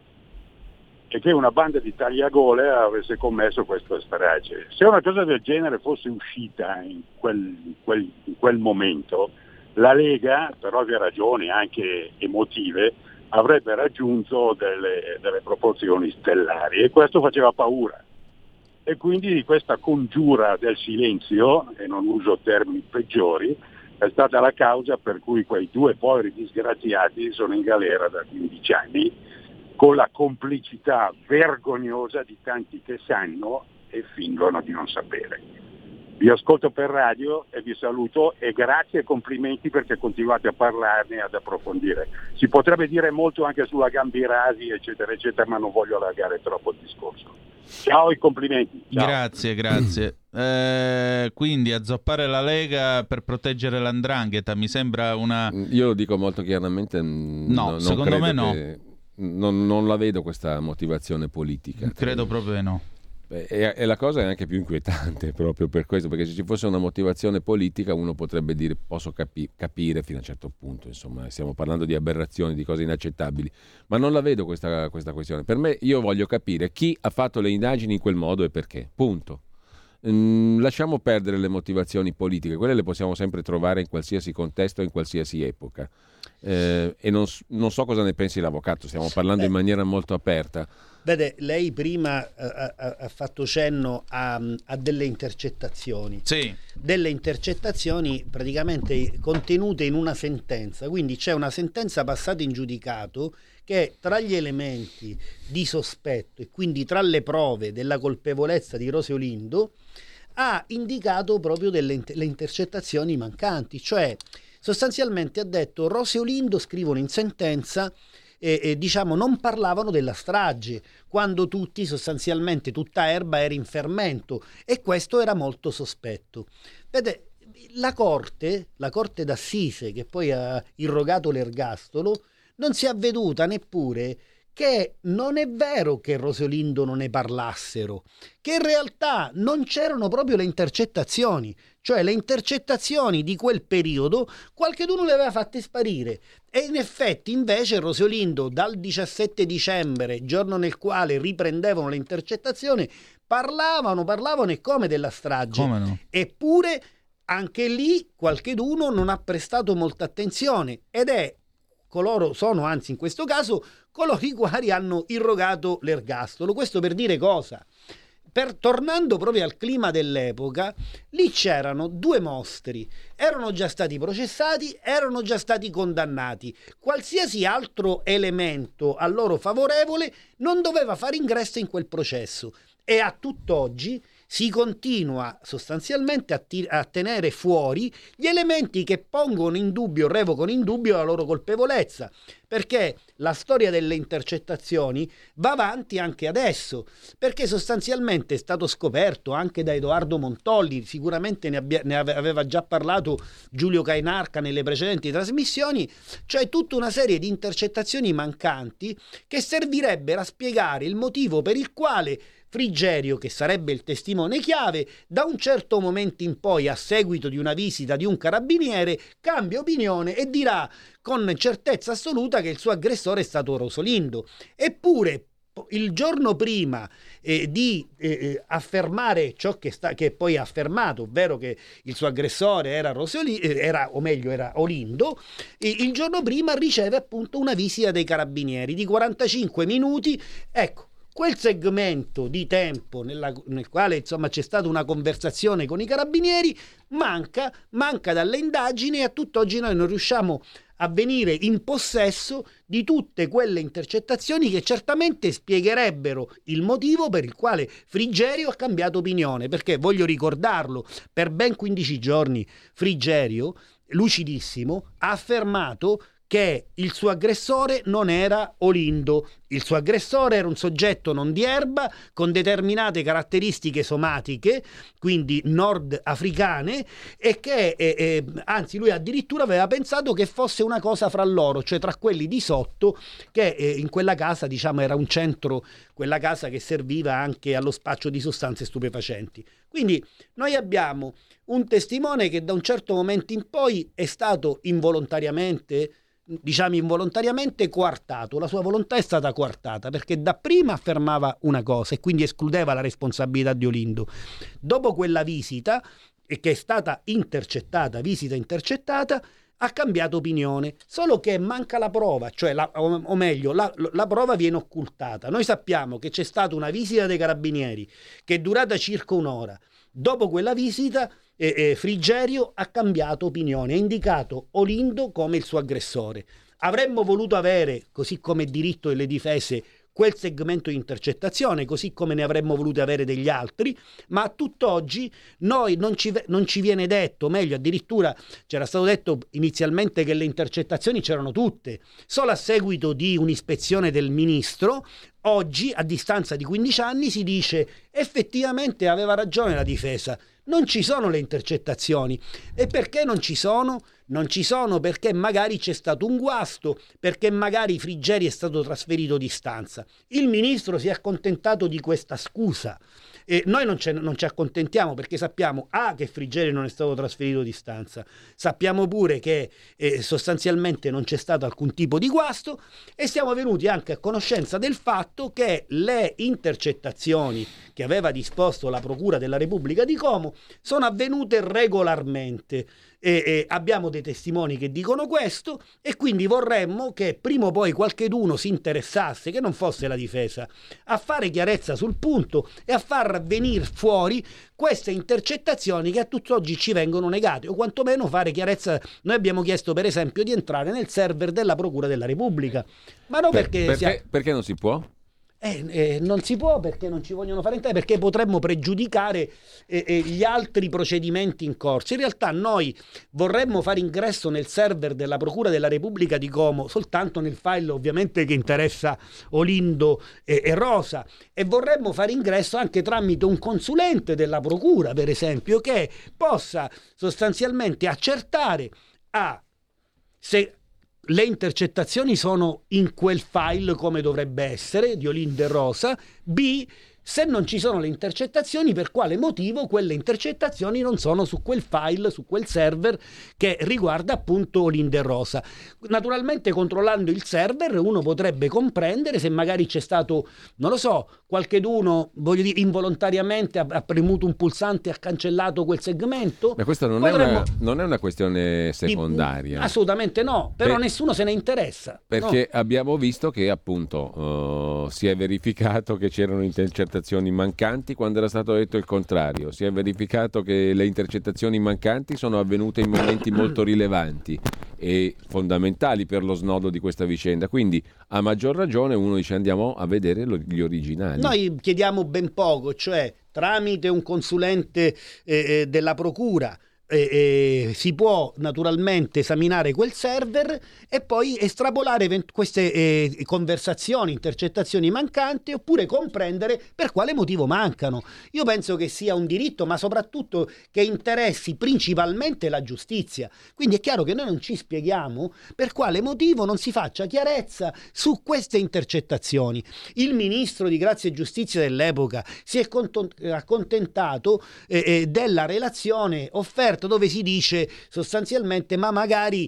e che una banda di tagliagole avesse commesso questa strage. Se una cosa del genere fosse uscita in quel momento, la Lega, per ovvie ragioni anche emotive, avrebbe raggiunto delle proporzioni stellari, e questo faceva paura. E quindi di questa congiura del silenzio, e non uso termini peggiori, è stata la causa per cui quei due poveri disgraziati sono in galera da 15 anni, con la complicità vergognosa di tanti che sanno e fingono di non sapere. Vi ascolto per radio e vi saluto, e grazie e complimenti perché continuate a parlarne e ad approfondire. Si potrebbe dire molto anche sulla Gambirasi, eccetera, eccetera, ma non voglio allargare troppo il discorso. Ciao e complimenti. Ciao. Grazie. Quindi azzoppare la Lega per proteggere l''ndrangheta mi sembra una... Io lo dico molto chiaramente, no, secondo me no. Non la vedo questa motivazione politica. Credo proprio no. E la cosa è anche più inquietante proprio per questo, perché se ci fosse una motivazione politica uno potrebbe dire posso capire fino a un certo punto, insomma stiamo parlando di aberrazioni, di cose inaccettabili, ma non la vedo questa questione. Per me, io voglio capire chi ha fatto le indagini in quel modo e perché, punto. Lasciamo perdere le motivazioni politiche, quelle le possiamo sempre trovare in qualsiasi contesto, in qualsiasi epoca. E non so cosa ne pensi l'avvocato, stiamo parlando in maniera molto aperta. Vede, lei prima ha fatto cenno a delle intercettazioni. Sì. Delle intercettazioni praticamente contenute in una sentenza, quindi c'è una sentenza passata in giudicato che tra gli elementi di sospetto e quindi tra le prove della colpevolezza di Rosy Olindo ha indicato proprio le intercettazioni mancanti, cioè sostanzialmente ha detto Rosy Olindo, scrivono in sentenza, diciamo non parlavano della strage, quando tutti sostanzialmente tutta erba era in fermento, e questo era molto sospetto. Vede, la corte d'assise che poi ha irrogato l'ergastolo non si è avveduta neppure che non è vero che Rosy Olindo non ne parlassero, che in realtà non c'erano proprio le intercettazioni, cioè le intercettazioni di quel periodo qualcheduno le aveva fatte sparire, e in effetti invece Rosy Olindo dal 17 dicembre, giorno nel quale riprendevano le intercettazioni, parlavano e come della strage. Come no? Eppure anche lì qualcheduno non ha prestato molta attenzione, ed è sono anzi in questo caso coloro i quali hanno irrogato l'ergastolo. Questo per dire cosa? Tornando proprio al clima dell'epoca, lì c'erano due mostri, erano già stati processati, erano già stati condannati. Qualsiasi altro elemento a loro favorevole non doveva fare ingresso in quel processo, e a tutt'oggi si continua sostanzialmente a tenere fuori gli elementi che pongono in dubbio, revocano in dubbio la loro colpevolezza, perché la storia delle intercettazioni va avanti anche adesso, perché sostanzialmente è stato scoperto anche da Edoardo Montolli, sicuramente ne aveva già parlato Giulio Cainarca nelle precedenti trasmissioni, cioè tutta una serie di intercettazioni mancanti che servirebbero a spiegare il motivo per il quale Frigerio, che sarebbe il testimone chiave, da un certo momento in poi, a seguito di una visita di un carabiniere, cambia opinione e dirà con certezza assoluta che il suo aggressore è stato Rosolindo. Eppure il giorno prima di affermare ciò che poi ha affermato, ovvero che il suo aggressore era Olindo, il giorno prima riceve appunto una visita dei carabinieri di 45 minuti. Ecco, quel segmento di tempo nel quale insomma c'è stata una conversazione con i carabinieri manca dalle indagini, e a tutt'oggi noi non riusciamo a venire in possesso di tutte quelle intercettazioni che certamente spiegherebbero il motivo per il quale Frigerio ha cambiato opinione, perché voglio ricordarlo, per ben 15 giorni Frigerio, lucidissimo, ha affermato che il suo aggressore non era Olindo. Il suo aggressore era un soggetto non di erba, con determinate caratteristiche somatiche, quindi nordafricane, e che anzi lui addirittura aveva pensato che fosse una cosa fra loro, cioè tra quelli di sotto, che in quella casa, diciamo, era un centro, quella casa che serviva anche allo spaccio di sostanze stupefacenti. Quindi noi abbiamo un testimone che da un certo momento in poi è stato involontariamente coartato. La sua volontà è stata coartata, perché dapprima affermava una cosa e quindi escludeva la responsabilità di Olindo. Dopo quella visita, che è stata visita intercettata, ha cambiato opinione, solo che manca la prova, cioè la prova viene occultata. Noi sappiamo che c'è stata una visita dei carabinieri che è durata circa un'ora. Dopo quella visita Frigerio ha cambiato opinione, ha indicato Olindo come il suo aggressore. Avremmo voluto avere, così come diritto delle difese, quel segmento di intercettazione, così come ne avremmo voluto avere degli altri, ma a tutt'oggi noi non ci viene detto, meglio addirittura c'era stato detto inizialmente che le intercettazioni c'erano tutte, solo a seguito di un'ispezione del ministro. Oggi, a distanza di 15 anni, si dice effettivamente aveva ragione la difesa, non ci sono le intercettazioni. E perché non ci sono? Non ci sono perché magari c'è stato un guasto, perché magari Frigerio è stato trasferito di stanza. Il ministro si è accontentato di questa scusa. Noi non ci accontentiamo, perché sappiamo che Frigerio non è stato trasferito di stanza, sappiamo pure che sostanzialmente non c'è stato alcun tipo di guasto, e siamo venuti anche a conoscenza del fatto che le intercettazioni che aveva disposto la Procura della Repubblica di Como sono avvenute regolarmente. Abbiamo dei testimoni che dicono questo, e quindi vorremmo che prima o poi qualcheduno si interessasse, che non fosse la difesa, a fare chiarezza sul punto e a far venire fuori queste intercettazioni che a tutt'oggi ci vengono negate, o quantomeno fare chiarezza. Noi abbiamo chiesto per esempio di entrare nel server della Procura della Repubblica, ma non perché non si può? Non si può, perché non ci vogliono fare entrare, perché potremmo pregiudicare gli altri procedimenti in corso. In realtà noi vorremmo fare ingresso nel server della Procura della Repubblica di Como soltanto nel file ovviamente che interessa Olindo e Rosa, e vorremmo fare ingresso anche tramite un consulente della Procura, per esempio, che possa sostanzialmente accertare se le intercettazioni sono in quel file come dovrebbe essere di Olindo e Rosa, B, se non ci sono le intercettazioni, per quale motivo quelle intercettazioni non sono su quel file, su quel server che riguarda appunto Olindo e Rosa. Naturalmente, controllando il server, uno potrebbe comprendere se magari c'è stato, non lo so, qualcheduno, involontariamente ha premuto un pulsante e ha cancellato quel segmento. Ma questa non è una questione secondaria. Assolutamente no, però nessuno se ne interessa. Perché abbiamo visto che appunto si è verificato che c'erano intercettazioni mancanti quando era stato detto il contrario. Si è verificato che le intercettazioni mancanti sono avvenute in momenti molto rilevanti e fondamentali per lo snodo di questa vicenda. Quindi a maggior ragione uno dice andiamo a vedere gli originali. Noi chiediamo ben poco, cioè tramite un consulente della Procura si può naturalmente esaminare quel server e poi estrapolare queste conversazioni, intercettazioni mancanti, oppure comprendere per quale motivo mancano. Io penso che sia un diritto, ma soprattutto che interessi principalmente la giustizia. Quindi è chiaro che noi non ci spieghiamo per quale motivo non si faccia chiarezza su queste intercettazioni. Il ministro di Grazia e Giustizia dell'epoca si è accontentato della relazione offerta, dove si dice sostanzialmente ma magari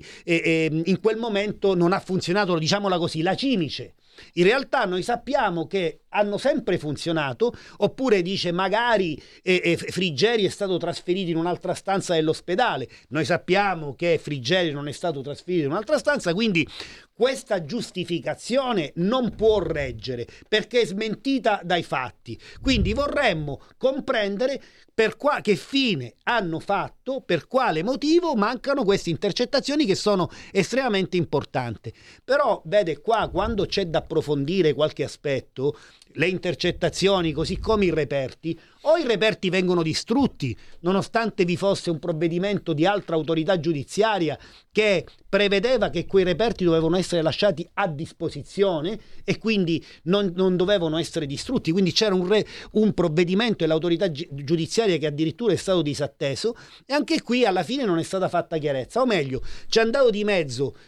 in quel momento non ha funzionato, diciamola così, la cimice. In realtà noi sappiamo che hanno sempre funzionato, oppure dice magari Friggeri è stato trasferito in un'altra stanza dell'ospedale. Noi sappiamo che Friggeri non è stato trasferito in un'altra stanza, quindi questa giustificazione non può reggere perché è smentita dai fatti. Quindi vorremmo comprendere che fine hanno fatto, per quale motivo mancano queste intercettazioni che sono estremamente importanti. Però vede qua, quando c'è da approfondire qualche aspetto, le intercettazioni così come i reperti, o i reperti vengono distrutti nonostante vi fosse un provvedimento di altra autorità giudiziaria che prevedeva che quei reperti dovevano essere lasciati a disposizione e quindi non dovevano essere distrutti, quindi c'era un provvedimento dell'autorità giudiziaria che addirittura è stato disatteso, e anche qui alla fine non è stata fatta chiarezza, o meglio c'è andato di mezzo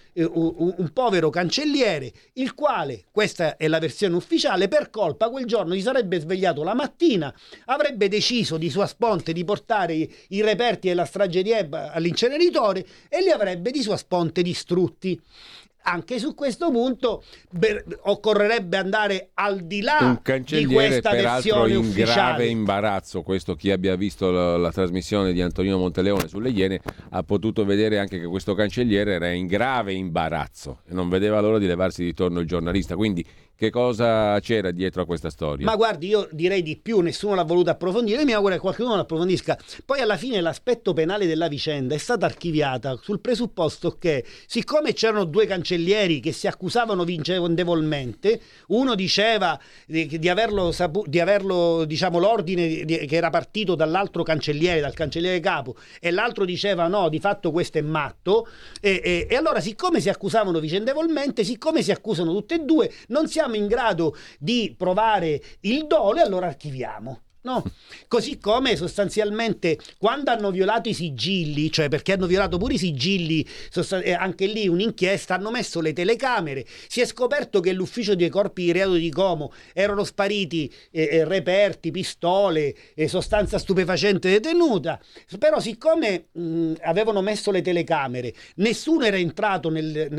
un povero cancelliere, il quale, questa è la versione ufficiale, per colpa quel giorno si sarebbe svegliato la mattina, avrebbe deciso di sua sponte di portare i reperti della strage di Ebba all'inceneritore e li avrebbe di sua sponte distrutti. Anche su questo punto occorrerebbe andare al di là di questa versione in ufficiale. Grave imbarazzo, questo chi abbia visto la trasmissione di Antonino Monteleone sulle Iene ha potuto vedere anche che questo cancelliere era in grave imbarazzo e non vedeva l'ora di levarsi di torno il giornalista. Quindi che cosa c'era dietro a questa storia? Ma guardi, io direi di più, nessuno l'ha voluto approfondire, mi auguro che qualcuno l'approfondisca. Poi alla fine l'aspetto penale della vicenda è stata archiviata sul presupposto che, siccome c'erano due cancellieri che si accusavano vicendevolmente, uno diceva di averlo diciamo l'ordine che era partito dall'altro cancelliere, dal cancelliere capo, e l'altro diceva no, di fatto questo è matto, e allora siccome si accusavano vicendevolmente, siccome si accusano tutte e due, non siamo in grado di provare il dolo, e allora archiviamo. No? Così come sostanzialmente quando hanno violato i sigilli, cioè perché hanno violato pure i sigilli, anche lì un'inchiesta, hanno messo le telecamere, si è scoperto che l'ufficio dei corpi di reato di Como erano spariti reperti, pistole, sostanza stupefacente detenuta, però siccome avevano messo le telecamere, nessuno era entrato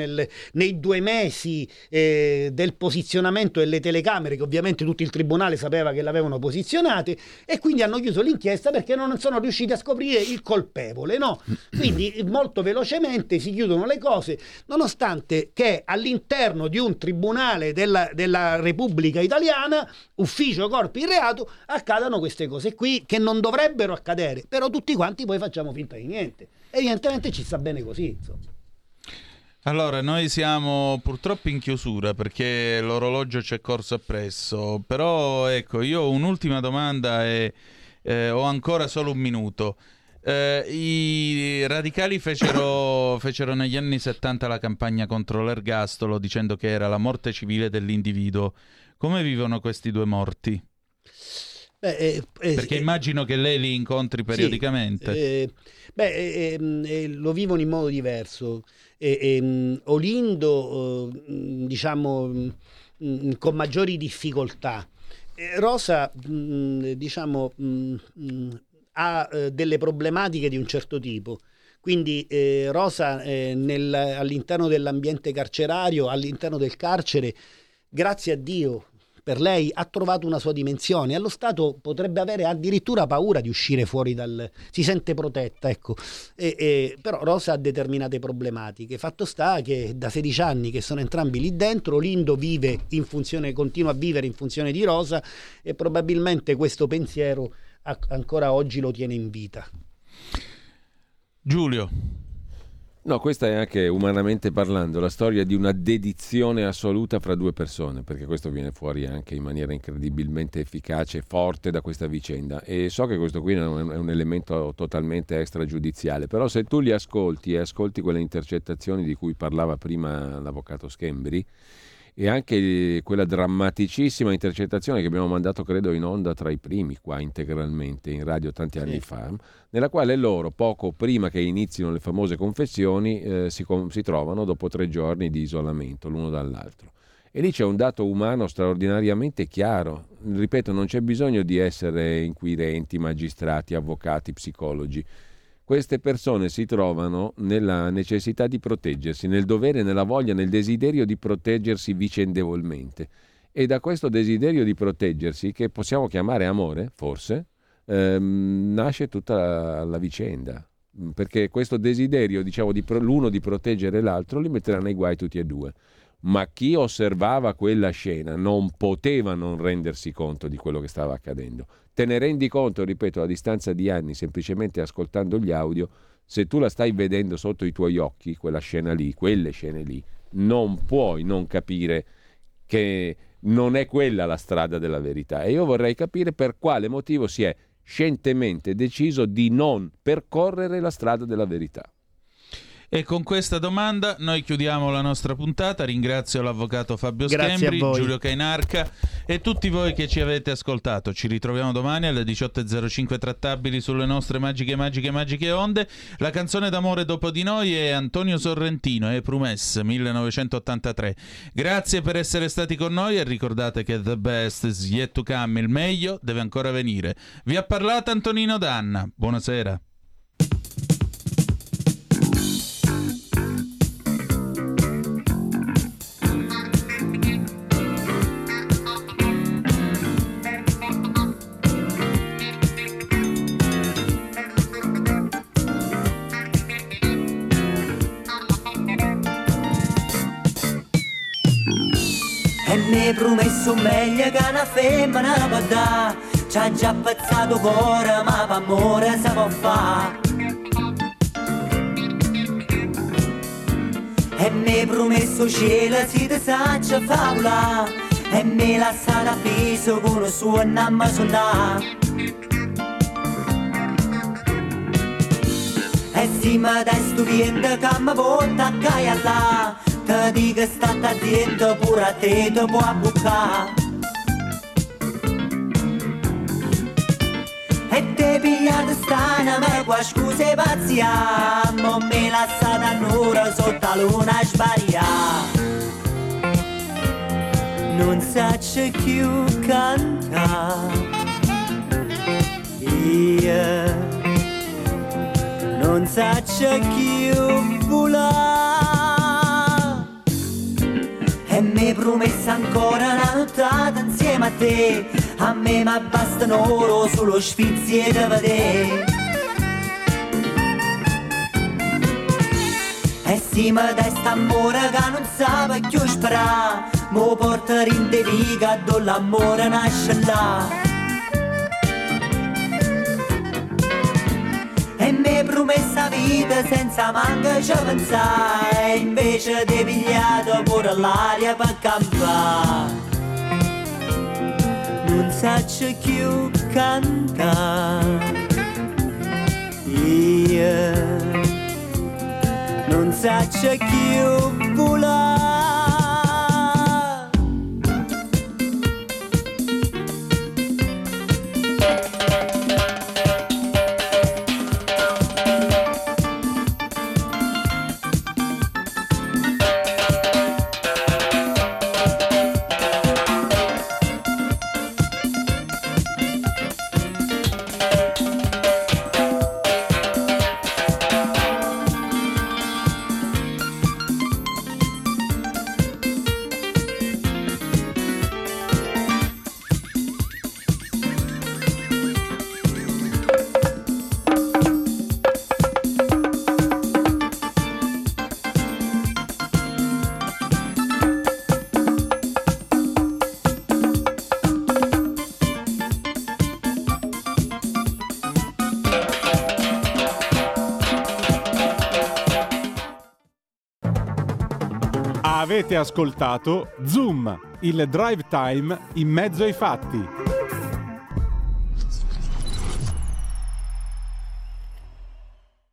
nei 2 mesi del posizionamento delle telecamere, che ovviamente tutto il tribunale sapeva che l'avevano posizionate, e quindi hanno chiuso l'inchiesta perché non sono riusciti a scoprire il colpevole, no? Quindi molto velocemente si chiudono le cose, nonostante che all'interno di un tribunale della Repubblica Italiana, ufficio corpi di reato, accadano queste cose qui che non dovrebbero accadere, però tutti quanti poi facciamo finta di niente. Evidentemente ci sta bene così, insomma. Allora, noi siamo purtroppo in chiusura perché l'orologio ci è corso appresso, però ecco, io ho un'ultima domanda e ho ancora solo 1 minuto. I radicali fecero negli anni 70 la campagna contro l'ergastolo dicendo che era la morte civile dell'individuo. Come vivono questi 2 morti? Perché immagino che lei li incontri periodicamente. Lo vivono in modo diverso. Olindo, diciamo, con maggiori difficoltà. Rosa, diciamo, ha delle problematiche di un certo tipo. Quindi Rosa all'interno dell'ambiente carcerario, all'interno del carcere, grazie a Dio, per lei ha trovato una sua dimensione. Allo stato potrebbe avere addirittura paura di uscire fuori si sente protetta, ecco. Però Rosa ha determinate problematiche. Fatto sta che da 16 anni che sono entrambi lì dentro, Lindo continua a vivere in funzione di Rosa, e probabilmente questo pensiero ancora oggi lo tiene in vita. Giulio. No, questa è anche, umanamente parlando, la storia di una dedizione assoluta fra due persone, perché questo viene fuori anche in maniera incredibilmente efficace e forte da questa vicenda. E so che questo qui è un elemento totalmente extragiudiziale, però se tu li ascolti e ascolti quelle intercettazioni di cui parlava prima l'avvocato Schembri, e anche quella drammaticissima intercettazione che abbiamo mandato, credo, in onda tra i primi qua integralmente in radio tanti anni fa, nella quale loro, poco prima che inizino le famose confessioni, si trovano dopo 3 giorni di isolamento l'uno dall'altro. E lì c'è un dato umano straordinariamente chiaro. Ripeto, non c'è bisogno di essere inquirenti, magistrati, avvocati, psicologi. Queste persone si trovano nella necessità di proteggersi, nel dovere, nella voglia, nel desiderio di proteggersi vicendevolmente. E da questo desiderio di proteggersi, che possiamo chiamare amore, forse, nasce tutta la vicenda. Perché questo desiderio, diciamo, l'uno di proteggere l'altro, li metterà nei guai tutti e due. Ma chi osservava quella scena non poteva non rendersi conto di quello che stava accadendo. Te ne rendi conto, ripeto, a distanza di anni, semplicemente ascoltando gli audio. Se tu la stai vedendo sotto i tuoi occhi, quella scena lì, quelle scene lì, non puoi non capire che non è quella la strada della verità. E io vorrei capire per quale motivo si è scientemente deciso di non percorrere la strada della verità. E con questa domanda noi chiudiamo la nostra puntata. Ringrazio l'avvocato Fabio Schembri, Giulio Cainarca e tutti voi che ci avete ascoltato. Ci ritroviamo domani alle 18.05 trattabili sulle nostre magiche onde. La canzone d'amore dopo di noi è Antonio Sorrentino e Promesse 1983. Grazie per essere stati con noi e ricordate che the best is yet to come, il meglio deve ancora venire. Vi ha parlato Antonino Danna. Buonasera. E mi hai promesso meglio che una femmina può dare. Ci ha già pezzato cuore, ma per amore si può fare. E mi hai promesso cielo si ti saccia favola. E mi hai lasciato appeso con il suo nome suonare. E se mi dai sto vento che mi porta a caia là, ti dico state attento, pure a te ti può abbuccare. E te pigliate strana, ma qua scusa pazzia, non mi lasciate a nulla sotto la luna sbagliata. Non saccio più cantare, io non saccio più volare. E mi hai promesso ancora una nottata insieme a te. A me mi bastano oro sullo sfizio da vedere. E se mi dai st'amore che non sa più sperare, mi portare in te viga dove l'amore nasce là. E mi hai promesso vita senza manco ci pensare, e invece ti hai pigliato pure l'aria per campare. Non saccio più cantare, io non saccio più volare. Avete ascoltato Zoom, il drive time in mezzo ai fatti.